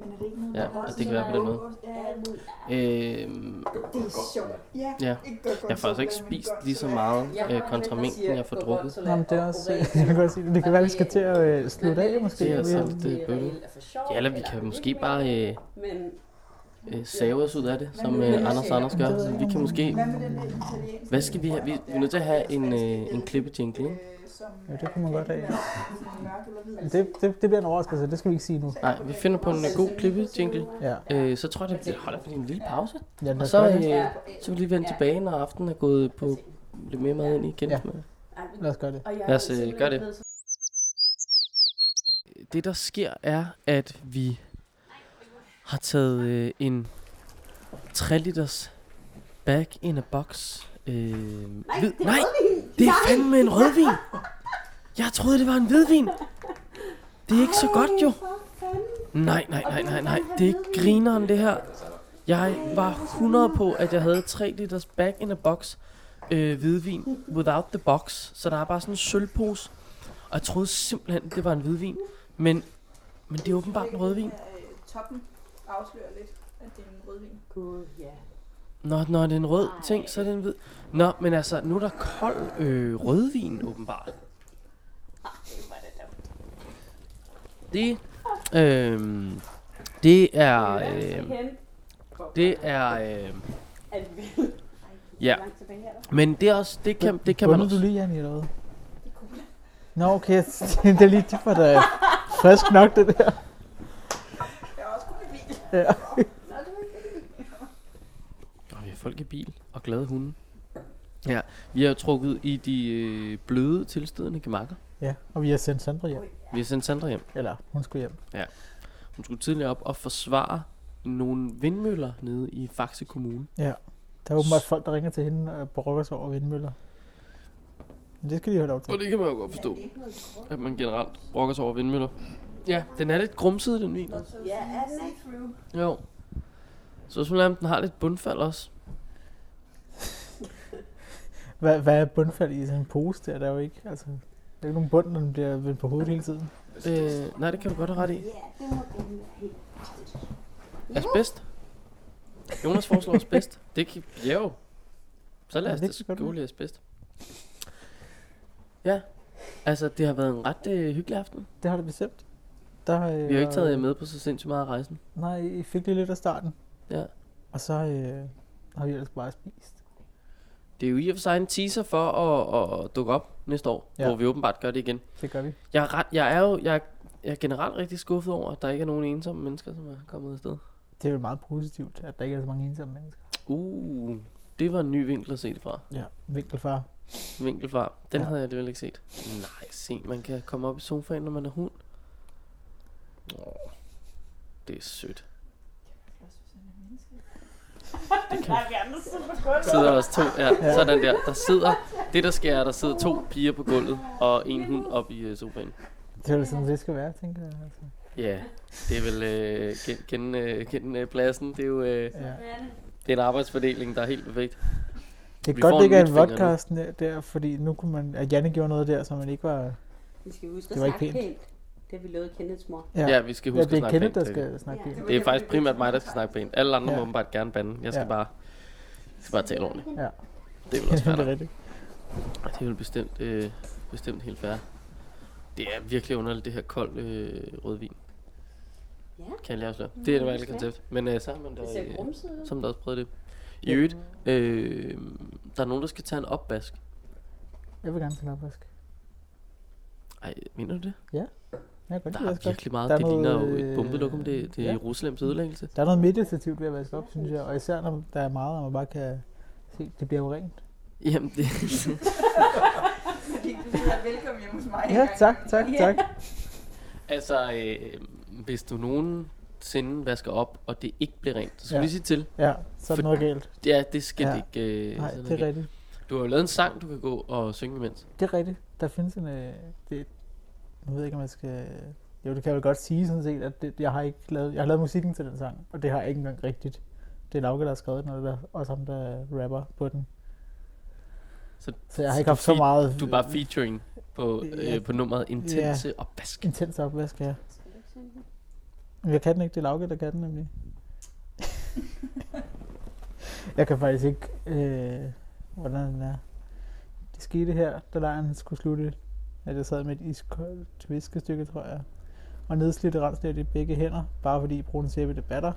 Men er det ikke noget, Ja, der og også det kan være på den måde. Øhm, Det er sjovt. Ja, ja. ikke godt, godt Jeg får altså ikke chokolade, men spist godt lige så chokolade. meget øh, kontra mængden, jeg får drukket. Nå, men det er også, jeg kan godt sige det. Det kan være, vi skal til at øh, slutte af, måske. Det er Vi sådan har- lidt bøvlet. Ja, eller vi kan måske bare øh, Men øh, save os ud af det, som øh, Anders og Anders gør. Så vi kan måske... Hvad med den der italienske? Hvad skal vi have? Vi vi er nødt til at have en, øh, en klippejingle, ikke? øh, som Ja, det kunne man godt have. mørk eller hvid? Men Det, det, det bliver en overraskelse, det skal vi ikke sige nu. Nej, vi finder på en øh, god klippejingle. Ja, Øh, så tror jeg, det holder for en lille pause. ja lad Og os så, gøre det. øh, så vil vi lige vende tilbage, når aftenen er gået på lidt mere mad ind igen. Ja. Ja. Lad os gøre det. Lad os øh, gøre det. Det der sker er, at vi har taget øh, en tre liters bag in a box. Øh, hvid, nej, det er fandme en rødvin. Jeg troede, det var en hvidvin. Det er ikke så godt, jo. Nej, nej, nej, nej, nej. Det er ikke grineren, det her. Jeg var hundrede på, at jeg havde tre liters bag in a box øh, hvidvin without the box. Så der er bare sådan en sølvpose. Og jeg troede simpelthen, det var en hvidvin. Men, men det er åbenbart en rødvin. Toppen afslører lidt, at det er en rødvin. Gud, ja. Når, når det er en rød ting, så er det en hvid. Nå, men altså, nu er der kold øh, rødvin åbenbart. Det, øh, det er, øh, det er, øh, ja. Men det er også, det kan, det kan man Bundede du også. lige, Jan, eller hvad? Nå, okay, det er lige det, for der er frisk nok, det der. Jeg er også kun i bil. Ja. Og vi har folk i bil og glade hunde. Ja, vi har jo trukket i de øh, bløde tilstødende gemakker. Ja, og vi har sendt Sandra hjem. Vi har sendt Sandra hjem. Eller, hun skulle hjem. Hun skulle tidligere op og forsvare nogle vindmøller nede i Faxe Kommune. Ja, der er åbenbart folk, der ringer til hende og brokker sig over vindmøller. Men det skal de have lov til. Og det kan man jo godt forstå, at man generelt brokker sig over vindmøller. Ja, den er lidt grumset, den vin. Ja, er den ikke? Jo. Så synes den har lidt bundfald også. Hvad, hvad er bundfald i sådan en pose der? Der er jo ikke, altså, der er ikke nogen bund, når den bliver vendt på hovedet hele tiden. Øh, nej, det kan du godt have ret i. Asbest. Jonas foreslår asbest. Det kan... Jo. Så lad os Ja, da det kan godt skåle i asbest. Ja. Altså, det har været en ret øh, hyggelig aften. Det har det bestemt. Der, øh, Vi har jo ikke taget jer med på så sindssygt meget af rejsen. Nej, I fik lige lidt af starten. Ja. Og så øh, har vi ellers bare spist. Det er jo i og for sig en teaser for at, at dukke op næste år, Ja. ja. hvor vi åbenbart gør det igen. Det gør vi. Jeg er, ret, jeg er jo jeg, jeg er generelt rigtig skuffet over, at der ikke er nogen ensomme mennesker, som er kommet afsted. Det er jo meget positivt, at der ikke er så mange ensomme mennesker. Uh, det var en ny vinkel at se det fra. Ja, vinkelfar. Vinkelfar. Den Ja. havde jeg alligevel ikke set. Nej, se, man kan komme op i sofaen, når man er hund. Åh, det er sødt. Det kan sidder også to, ja, Ja. sådan der. Der sidder, det der sker er, der sidder to piger på gulvet, og en hund op i uh, sofaen. Det er vel sådan, det skal være, tænker jeg. Altså. Ja, det er vel øh, gen, gen, øh, gen øh, pladsen. Det er jo øh, Ja. det er en arbejdsfordeling, der er helt perfekt. Det er Vi godt, får det ikke er en en mitfinger nu. vodcast der, der, fordi nu kunne man, at Janne gjorde noget der, som man ikke var... Vi skal huske at Det var ikke snakke pænt. pænt. Det har vi lovet Kenneths mor. Ja, ja vi skal ja huske det at er snakke Kenneth, der pænt. skal snakke Ja. pænt. Det er faktisk primært mig, der skal snakke pænt. Alle andre Ja. må åbenbart gerne bande. Jeg skal Ja. bare, jeg skal bare tale ordentligt. Ja, Det er vel også fair. det er nok. rigtigt. Det er vel bestemt, øh, bestemt helt fair. Det er virkelig underligt, det her kold øh, rødvin. Ja. Kan jeg lige afsløre. Det er det værkelige koncept. Men øh, så har man Det der, ser øh, grumset ud. som der også prøvet det. I øvrigt, øh, der er nogen, der skal tage en opvask. Jeg vil gerne til en opvask. Ej, mener du det? Jeg kan godt Der lide er at vaske op. virkelig meget. Der er Det ligner jo noget, et bombelokum. Det, det er ja. Jerusalems ødelæggelse. Der er noget meditativt ved at vaske op, synes jeg. Og især når der er meget, og man bare kan se, det bliver jo rent. Jamen, det, Fordi du er velkommen hjemme hos mig. Ja, tak, tak, tak. altså, øh, hvis du nogensinde vasker op, og det ikke bliver rent, så skal Ja. vi sige til. Ja, så er For- der noget galt. Ja, det skal Ja. det ikke. Øh, Nej, sådan det er ikke. rigtigt. Du har jo lavet en sang, du kan gå og synge imens. Det er rigtigt. Der findes en... Øh, det, nu ved jeg ikke, om jeg skal... Jo, det kan jeg vel godt sige sådan set, at det, jeg har ikke lavet... Jeg har lavet musikken til den sang, og det har jeg ikke engang rigtigt. Det er Lauke, der har skrevet den, og det er også ham, der rapper på den. Så, Så jeg har så ikke du haft så fe- meget... Du er bare featuring på, Ja. øh, på nummeret Intense Opvask. Intens opvask, ja. Jeg kan den ikke, det er Lauke, der kan den nemlig. Jeg kan faktisk ikke, øh, hvordan den er. Det skete her, da lejren skulle slutte, at jeg sad med et iskoldt viskestykke, tror jeg, og nedslidte renslet i begge hænder, bare fordi brune sæbe det batter.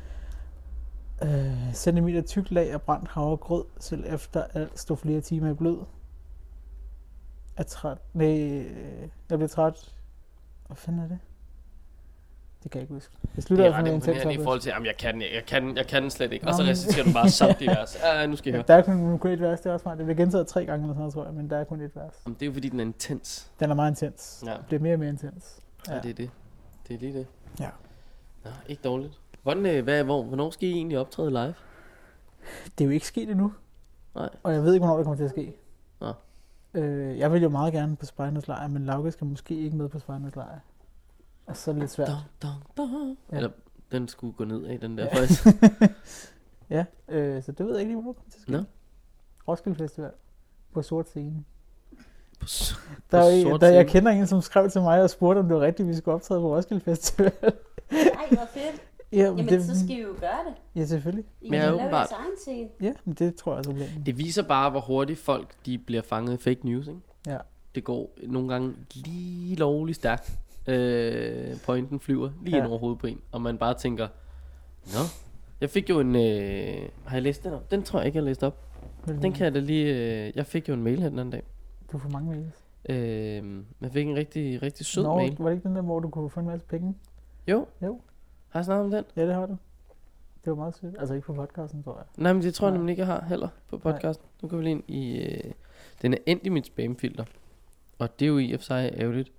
Øh, centimeter tyk lag af brændt havregrød, selv efter alt stod flere timer i blød. Jeg er træt. Nej, jeg bliver træt. Hvad fanden er det? Det kan jeg ikke huske. Det slutter Det er altså ret med en imponerende i tekst. forhold til, jamen jeg kan den, jeg kan den, jeg kan den slet ikke. Og Nå, så men- reciterer du bare samtlige vers. Ja, nu skal jeg høre. Der er kun, kun et vers, det er også smart. Det bliver gentaget tre gange eller sådan noget, tror jeg, men der er kun et vers. Jamen, det er jo fordi, den er intens. Den er meget intens. Ja. Det bliver mere og mere intens. Ja, det er det. Det er lige det. Ja. Nå, ikke dårligt. Hvordan, øh, hvad, hvor, hvornår skal I egentlig optræde live? Det er jo ikke sket endnu. Nej. Og jeg ved ikke, hvornår det kommer til at ske. Nå. Øh, jeg vil jo meget gerne på Spejdernes Lejr, men Lauke skal måske ikke med på Spejdernes Lejr. Og så er det lidt svært. Dun, dun, dun. Ja. Eller, den skulle gå ned af, den der Ja. faktisk. Ja, øh, så det ved jeg ikke lige, hvornår det kommer til at ske. Nå. Roskilde Festival. På sort scene. På s- Der, er, en- sort der, jeg scene. kender en, som skrev til mig og spurgte, om det var rigtigt, at vi skulle optræde på Roskilde Festival. Nej, hvor fedt. Ja, Jamen, det, så skal I jo gøre det. ja, selvfølgelig. I Men kan ja, lave åbenbart. jeres egen scene. Ja, men det tror jeg er problemet. Det viser bare, hvor hurtigt folk de bliver fanget i fake news, ikke? Ja. Det går nogle gange lige lovligt stærkt. Øh, pointen flyver lige Ja. ind over hovedet på en, og man bare tænker, nå, jeg fik jo en, øh, har jeg læst den op? Den tror jeg ikke, jeg har læst op. Den kan jeg da lige, øh, jeg fik jo en mail her den anden dag. Du får mange mails. Øh, jeg fik en rigtig, rigtig sød Nå, mail. var det ikke den der, hvor du kunne få en masse penge? Jo. Jo. Har jeg snakket om den? Ja, det har du. Det var meget sødt. Altså ikke på podcasten, tror jeg. Nej, men det tror jeg Nej. nemlig ikke, jeg har heller på podcasten. Nu går vi lige ind i, øh, den er endt i mit spamfilter. Og det er jo i og for sig ærgerligt.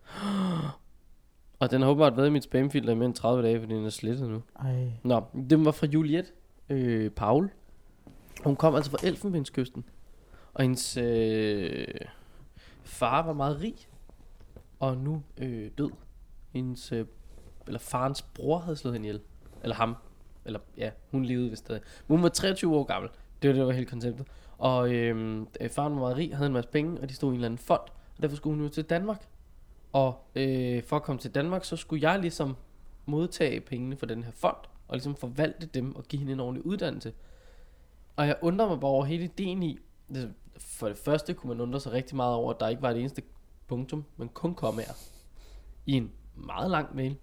Og den har åbenbart været i mit spamfilter i mere end tredive dage, fordi den er slettet nu. Ej. Nå, den var fra Juliette øh, Paul. Hun kom altså fra Elfenbenskysten. Og hendes øh, far var meget rig. Og nu øh, død. Hendes, øh, eller farens bror havde slået hende ihjel. Eller ham. Eller ja, hun levede vist stadig. Men hun var treogtyve år gammel. Det var det, der var helt konceptet. Og øh, faren var meget rig, havde en masse penge, og de stod i en eller anden fond. Og derfor skulle hun jo til Danmark. Og øh, for at komme til Danmark, så skulle jeg ligesom modtage pengene fra den her fond, og ligesom forvalte dem og give hende en ordentlig uddannelse. Og jeg undrer mig bare over hele ideen i, det- for det første kunne man undre sig rigtig meget over, at der ikke var det eneste punktum, men kun kommaer i en meget lang mail.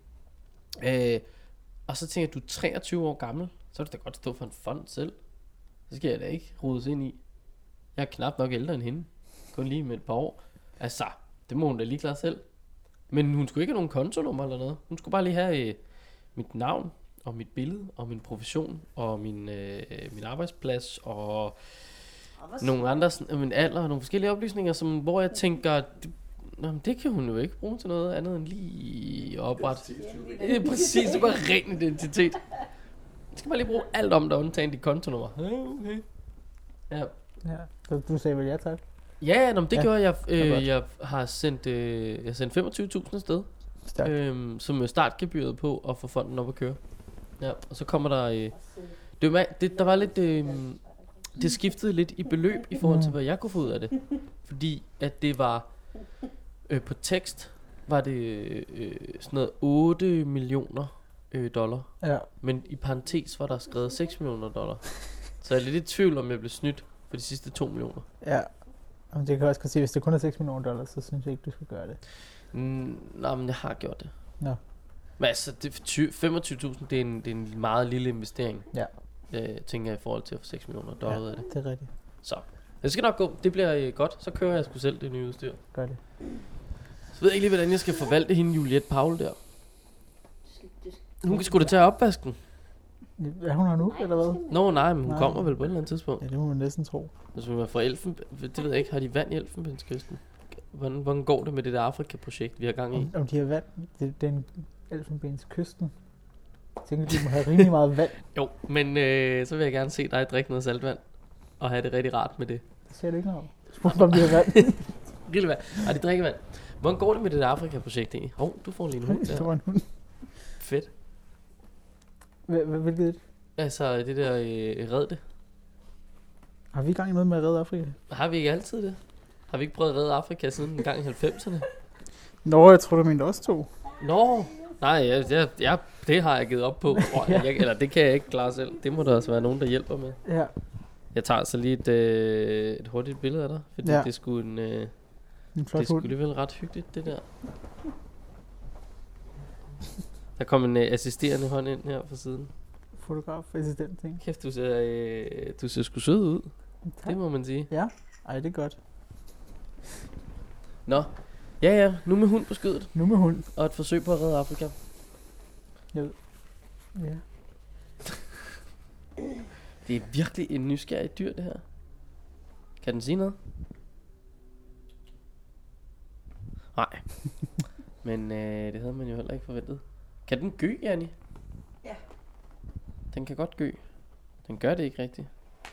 Øh, og så tænker jeg, du er treogtyve år gammel, så er det da godt stå for en fond selv. Så skal jeg da ikke rodes ind i. Jeg er knap nok ældre end hende. Kun lige med et par år. Altså, det må hun da lige klare selv. Men hun skulle ikke have nogen kontonummer eller noget. Hun skulle bare lige have øh, mit navn, og mit billede, og min profession, og min, øh, min arbejdsplads, og Og hvor nogle andre, sådan, øh, min alder, og nogle forskellige oplysninger, som, hvor jeg tænker, det, nå, men det kan hun jo ikke bruge til noget andet end lige at oprette. Det er præcis, det er bare ren identitet. Jeg skal bare lige bruge alt om, der er undtagen dit kontonummer. Ja, okay. Ja. Ja. Så du sagde vel ja tak? Ja, nå, men det Ja, ja, gjorde jeg. det er godt. Øh, jeg har sendt, øh, jeg har sendt femogtyve tusind afsted, Stærkt. øhm, som er startgebyret på at få fonden op at køre. Ja, og så kommer der, øh, det, var, det, der var lidt, øh, det skiftede lidt i beløb i forhold til, hvad jeg kunne få ud af det. Fordi at det var, øh, på tekst var det øh, sådan noget otte millioner øh, dollar. Ja. Men i parentes var der skrevet seks millioner dollar. Så jeg er lidt i tvivl om, jeg blev snydt for de sidste to millioner. Ja. Og det kan jeg også godt se, hvis det kun er seks millioner dollars, så synes jeg ikke, du skal gøre det. Mm, nej, men jeg har gjort det. Nå. Men altså, det er tyve femogtyve tusind, det er, en, det er en meget lille investering. Ja. Øh, tænker jeg i forhold til at få seks millioner dollar ud af det. Det er rigtigt. Så, det skal nok gå. Det bliver øh, godt. Så kører jeg sgu selv det nye udstyr. Gør det. Så ved jeg ikke lige, hvordan jeg skal forvalte hende Juliette Paul der. Hun kan sgu da tage opvasken. Er hun her nu, eller hvad? Nå nej, men hun Nej. kommer vel på et eller andet tidspunkt. Ja, det må man næsten tro. Hvis hun er fra Elfen, det ved jeg ikke, har de vand i Elfenbenskysten? Hvordan, hvordan går det med det der Afrika-projekt, vi har gang i? Om, om de har vand, det, den Elfenbens kysten. Jeg tænker, de må have rimelig meget vand. Jo, men øh, så vil jeg gerne se dig drikke noget saltvand. Og have det rigtig rart med det. Det ser du ikke noget om. Spurgte om de har vand. Lille vand. Ej, de drikker vand. Hvordan går det med det der Afrika-projekt egentlig? Hov, du får lige en hund Det var der. en hund. Fedt. Hvil- hvil- Hvilket? Altså, det der øh, red det. Har vi i gang i noget med at redde Afrika? Har vi ikke altid det? Har vi ikke prøvet at redde Afrika siden en gang i halvfemserne? Nå, jeg tror du mente også to. Nå, nej, jeg, jeg, jeg Det har jeg givet op på. Oh, jeg, eller det kan jeg ikke klare selv. Det må der også være nogen, der hjælper med. Ja. Jeg tager så lige et, øh, et hurtigt billede af dig, fordi ja. det er sgu en, øh, en flot det er sgu hund. alligevel ret hyggeligt, det der. Der kom en øh, assisterende hånd ind her fra siden. Fotografassistent ting. Kæft, du ser, øh, du ser sgu sød ud. Tak. Det må man sige. Ja, ej, det er godt. Nå, ja ja, nu med hund på skødet. Nu med hund. Og et forsøg på at redde Afrika. Jeg ved. Ja. Det er virkelig en nysgerrig dyr, det her. Kan den sige noget? Nej. Men øh, det havde man jo heller ikke forventet. Kan den gø, Janni? Ja. Den kan godt gø. Den gør det ikke rigtigt.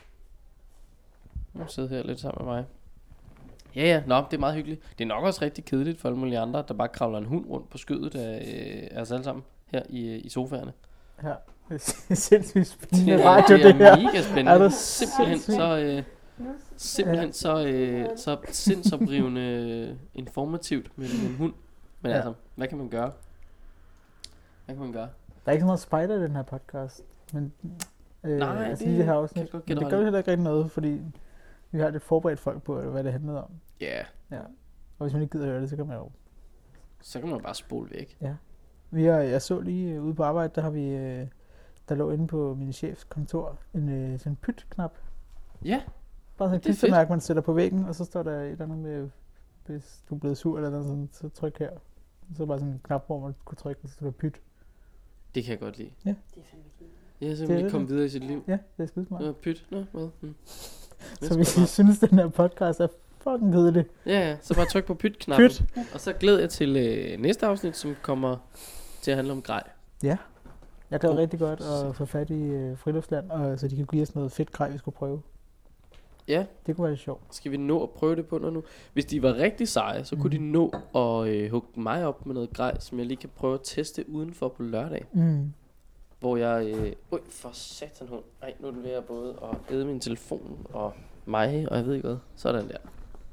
Nu sidder her lidt sammen med mig. Ja ja, nå, det er meget hyggeligt. Det er nok også rigtig kedeligt for alle mulige andre, der bare kravler en hund rundt på skødet af, af os alle sammen her i, i sofaerne. Ja, det er sindssygt spændende det, radio, det, det, det her. her. Det er mega spændende. Er det simpelthen så, øh, simpelthen så, øh, så sindsoprivende informativt med en hund. Men ja. altså, hvad kan man gøre? Hvad kan man gøre? Der er ikke så meget spider i den her podcast. Men, øh, Nej, altså det, det, her afsnit, kan men det gør heller ikke rigtig noget, fordi vi har lidt forberedt folk på, hvad det handlede om. Ja. Yeah. Ja. Og hvis man ikke gider høre det, så kan man jo... Så kan man bare spole væk. Ja. Vi har, jeg så lige ude på arbejde, der har vi... Øh, der lå inde på min chefs kontor en øh, sådan en pyt-knap. Ja. Bare sådan et pyt-mærke, man sætter på væggen, og så står der et eller andet med, hvis du er blevet sur eller noget sådan, så tryk her. Så er bare sådan en knap, hvor man kunne trykke, og så står der pyt. Det kan jeg godt lide. Ja. Det er fandme fint. Ja, så man kan komme videre i sit liv. Ja, det er skide smart. Nå, pyt. Nå, hvad? Hmm. Så hvis I synes, den her podcast er fucking kedelig. Ja, ja, så bare tryk på pyt-knappen. Pyt. Og så glæder jeg til øh, næste afsnit, som kommer til at handle om grej. Ja. Jeg glæder oh. rigtig godt at få fat i øh, Friluftsland, og så de kan give os noget fedt grej, vi skulle prøve. Ja. Det kunne være lidt sjovt. Skal vi nå at prøve det på noget nu? Hvis de var rigtig seje, så mm. kunne de nå at øh, hugge mig op med noget grej, som jeg lige kan prøve at teste udenfor på lørdag. Mm. Hvor jeg... Øh, øj, for satan hund. Ej, nu er den ved at både at æde min telefon og mig, og jeg ved ikke hvad. Sådan der.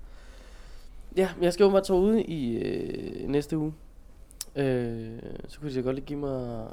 Ja, men jeg skal jo bare tage ude i øh, næste uge. Øh, så kunne de så godt lige give mig...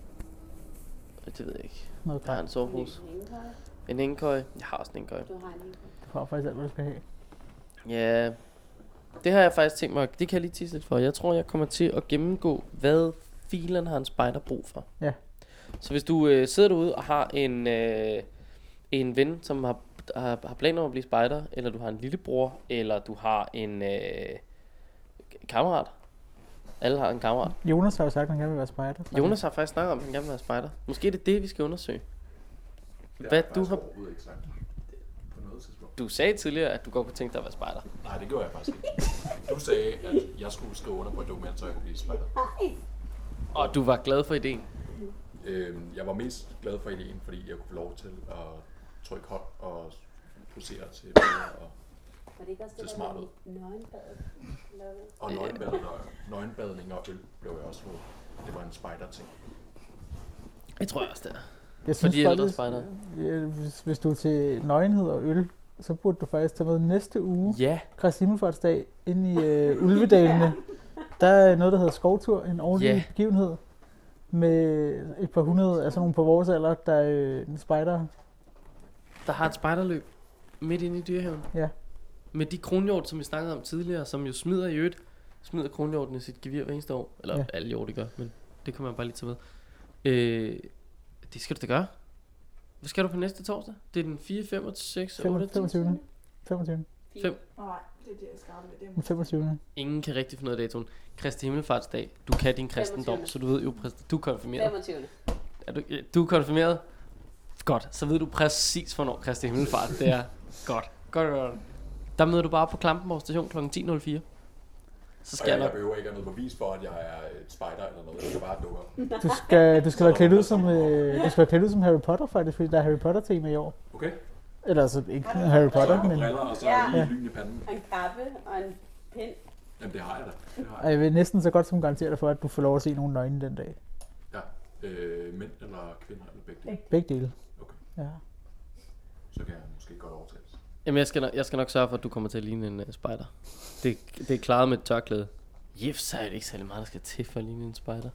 Det ved jeg ikke. Noget jeg har en sovepose. En hængekøje. Jeg har også en hængekøje. Du har en hængekøje. Du har faktisk alt, hvad du skal have. Ja, det har jeg faktisk tænkt mig. Det kan jeg lige tisse lidt for. Jeg tror, jeg kommer til at gennemgå, hvad filen har en spejder brug for. Ja. Så hvis du øh, sidder derude og har en, øh, en ven, som har, har, har planer om at blive spejder, eller du har en lillebror, eller du har en øh, kammerat. Alle har en kammerat. Jonas har jo sagt, at han gerne vil være spejder. Jonas har faktisk snakket om, at han gerne vil være spejder. Måske er det det, vi skal undersøge. Hvad du har... Ikke sagt på noget tidspunkt. Du sagde tidligere, at du godt kunne tænke dig at være spejder. Nej, det gjorde jeg faktisk ikke. Du sagde, at jeg skulle skrive under på et dokument, så jeg kunne blive spejder. Og du var glad for ideen? Øhm, jeg var mest glad for ideen, fordi jeg kunne få lov til at trykke hånd og posere til billeder og var det ikke også det, til smart ud. Og nøgenbadning og, nøgenbadning og øl blev jeg også fået. Det var en spejder-ting. Jeg tror også, det er. Jeg synes synes for de ældre faktisk, spejder. Hvis, hvis du er til nøgenhed og øl, så burde du faktisk tage med næste uge. Ja. Kristi Himmelfartsdag inde i øh, Ulvedalene. Der er noget, der hedder skovtur, en årlig Ja. begivenhed. Med et par hundrede, altså nogle på vores alder, der er øh, en spejder. Der har et spejderløb midt inde i Dyrehaven. Ja. Med de kronhjort, som vi snakkede om tidligere, som jo smider i øvrigt, smider kronhjorten i sit gevir hver eneste år. Eller Ja. alle hjort, det gør, men det kan man bare lige tage med. Øh, det skal du da gøre. Hvad skal du på næste torsdag? Det er den fire, fem, seks, otte, femogtyvende. femogtyvende. fem. Nej, det er det, jeg skal arbejde med. Den femogtyvende. Ingen kan rigtig finde ud af datoen. Kristi Himmelfartsdag. Du kan din kristendom, så du ved jo præcis. Du er konfirmeret. femogtyvende. Er du, du er konfirmeret? Godt. Så ved du præcis, hvornår Kristi Himmelfart det er. Godt. Godt, godt. Der møder du bare på Klampenborg station klokken ti nul fire. Så skal og jeg, jeg jeg behøver ikke have noget bevis for, at jeg er et spejder eller noget. Jeg skal bare dukke op. Du skal, du skal være klædt ud som, øh, du skal være klædt ud som Harry Potter faktisk, fordi der er Harry Potter tema i år. Okay. Eller altså ikke Harry Potter, men... briller, og så er Ja. lige lyn i panden. En kappe og en pind. Jamen, det har jeg da. Det har Og jeg. jeg vil næsten så godt som garantere dig for, at du får lov at se nogle nøgne den dag. Ja. Øh, mænd eller kvinder eller begge dele. Begge dele. Okay. Ja. Så kan jeg måske godt overtales. Jamen jeg skal, nok, jeg skal nok sørge for, at du kommer til at ligne en uh, spejder. Det, det er klaret med et tørklæde. Jef, så er det ikke særlig meget, der skal til for at ligne en spejder.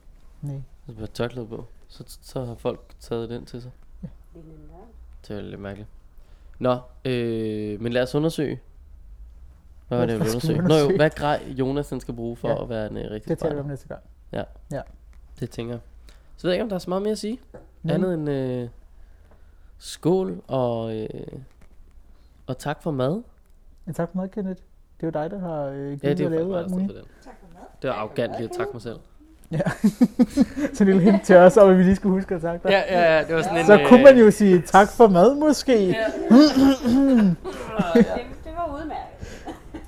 Nej. Så bare tørklæde på. Så, så har folk taget den til sig. Ja. Det er lidt mærkeligt. Nå, øh, men lad os undersøge. Hvad var det, jeg ville Hvad skal vi undersøge? Nå jo, undersøge? hvad grej Jonas den skal bruge for Ja. at være en øh, rigtig Det taler vi spejder. om næste gang. Ja. Ja. Det tænker jeg. Så ved jeg ikke, om der er så meget mere at sige. Nej. Andet end øh, skål og, øh, og tak for mad. Ja, tak for mad, Kenneth. Det er jo dig, der har øh, givet Ja, det er og jo lavet faktisk alt meget muligt. for den. Det var arrogant lige at takke mig selv. Ja. Så en lille hint til os, om at vi lige skulle huske at takke dig. Ja, ja, ja, det var sådan en... Så kunne man jo sige tak for mad, måske. Det, det var udmærket.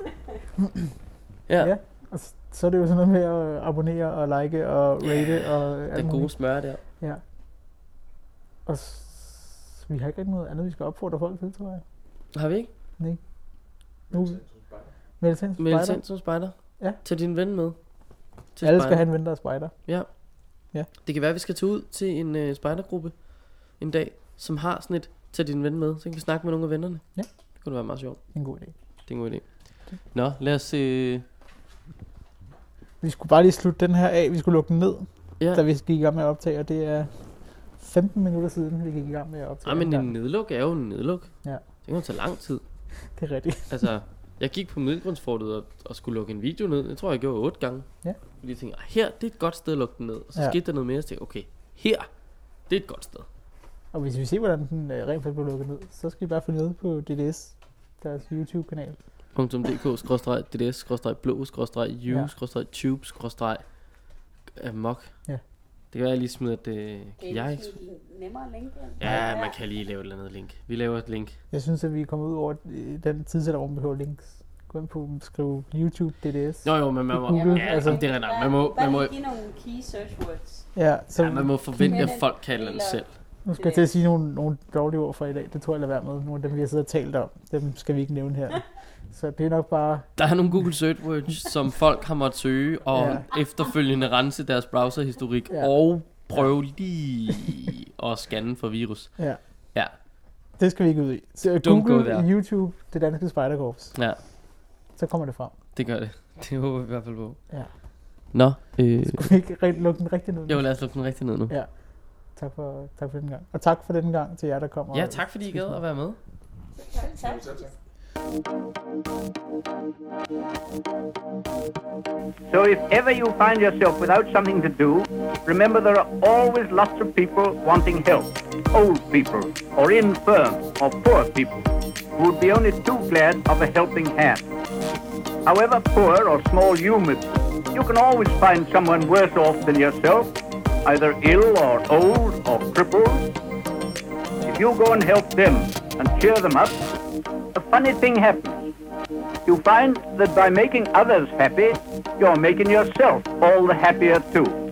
Ja, Ja. Og s- så er det jo sådan noget med at abonnere og like og rate og alt den muligt. gode smør der. Ja. Og s- vi har ikke rigtig noget andet, vi skal opfordre folk til, tror jeg. Har vi ikke? Nej. Nu. Meld til Meld spejder. ind som spejder. Ja. Tag din ven med. Til Alle skal spejder. have en ven, der er spejder. Ja. Ja. Det kan være, at vi skal tage ud til en øh, spejdergruppe en dag, som har sådan et, tag din ven med, så kan vi snakke med nogle af vennerne. Ja. Det kunne være meget sjovt. En god idé. Det er en god idé. Nå, lad os se. Vi skulle bare lige slutte den her af. Vi skulle lukke den ned, Ja. da vi gik i gang med at optage, og det er femten minutter siden, vi gik i gang med at optage. Ej, men anden en gang. nedluk er jo en nedluk. Ja. Det kan jo tage lang tid. Det er rigtigt. Altså, jeg gik på Middelgrundsfortet og, og skulle lukke en video ned. Jeg tror, jeg gjorde otte gange. Ja. Fordi jeg tænkte, "Ah, her, det er et godt sted at lukke den ned. Og så Ja. skete der noget mere, og så tænkte jeg, okay, her, det er et godt sted. Og hvis vi ser, hvordan den øh, rent faktisk blev lukket ned, så skal vi bare følge med på D D S, deres YouTube-kanal. .dk, skråstreg, dds, skråstreg, blå, skråstreg, Ja. u, skråstreg, tube, skråstreg, amok. Ja. Det kan være, jeg lige smider det, Det kan er jeg lidt ikke? nemmere at linke. Ja, man kan lige lave et eller andet link. Vi laver et link. Jeg synes, at vi er kommet ud over øh, den tidsalder, hvor man behøver links. Gå ind på skrive YouTube D D S. Jo jo, men man må, Google, ja, altså. altså, det er rigtigt. Man må, man må, Bare lige give nogle key search words. Ja, så ja, man må forvente, at Kenneth folk kan eller eller- selv. nu skal jeg til at sige nogle, nogle dårlige ord for i dag. Det tror jeg lader være med. Nogle af dem, vi har siddet og talt om, dem skal vi ikke nævne her. Så det er nok bare... Der er nogle Google Search Words, som folk har måttet søge, og Ja. efterfølgende rense deres browserhistorik, Ja. og prøve lige at scanne for virus. Ja. Ja. Det skal vi ikke ud i. Så Don't go Google, there. YouTube, det danske spejderkorps. Ja, Så kommer det frem. det gør det. Det håber vi i hvert fald på. Ja. Nå, øh, Skulle vi ikke rigtig lukke den rigtig ned? nu? jo, lad os lukke den rigtig ned nu. Ja. Tak for, tak for den gang. Og tak for den gang til jer, der kommer. Ja, og- tak fordi I gad at være med. Tak. So if ever you find yourself without something to do, remember there are always lots of people wanting help. Old people, or infirm, or poor people, who would be only too glad of a helping hand. However poor or small you may be, you can always find someone worse off than yourself, either ill or old or crippled. If you go and help them and cheer them up, a funny thing happens. You find that by making others happy, you're making yourself all the happier too.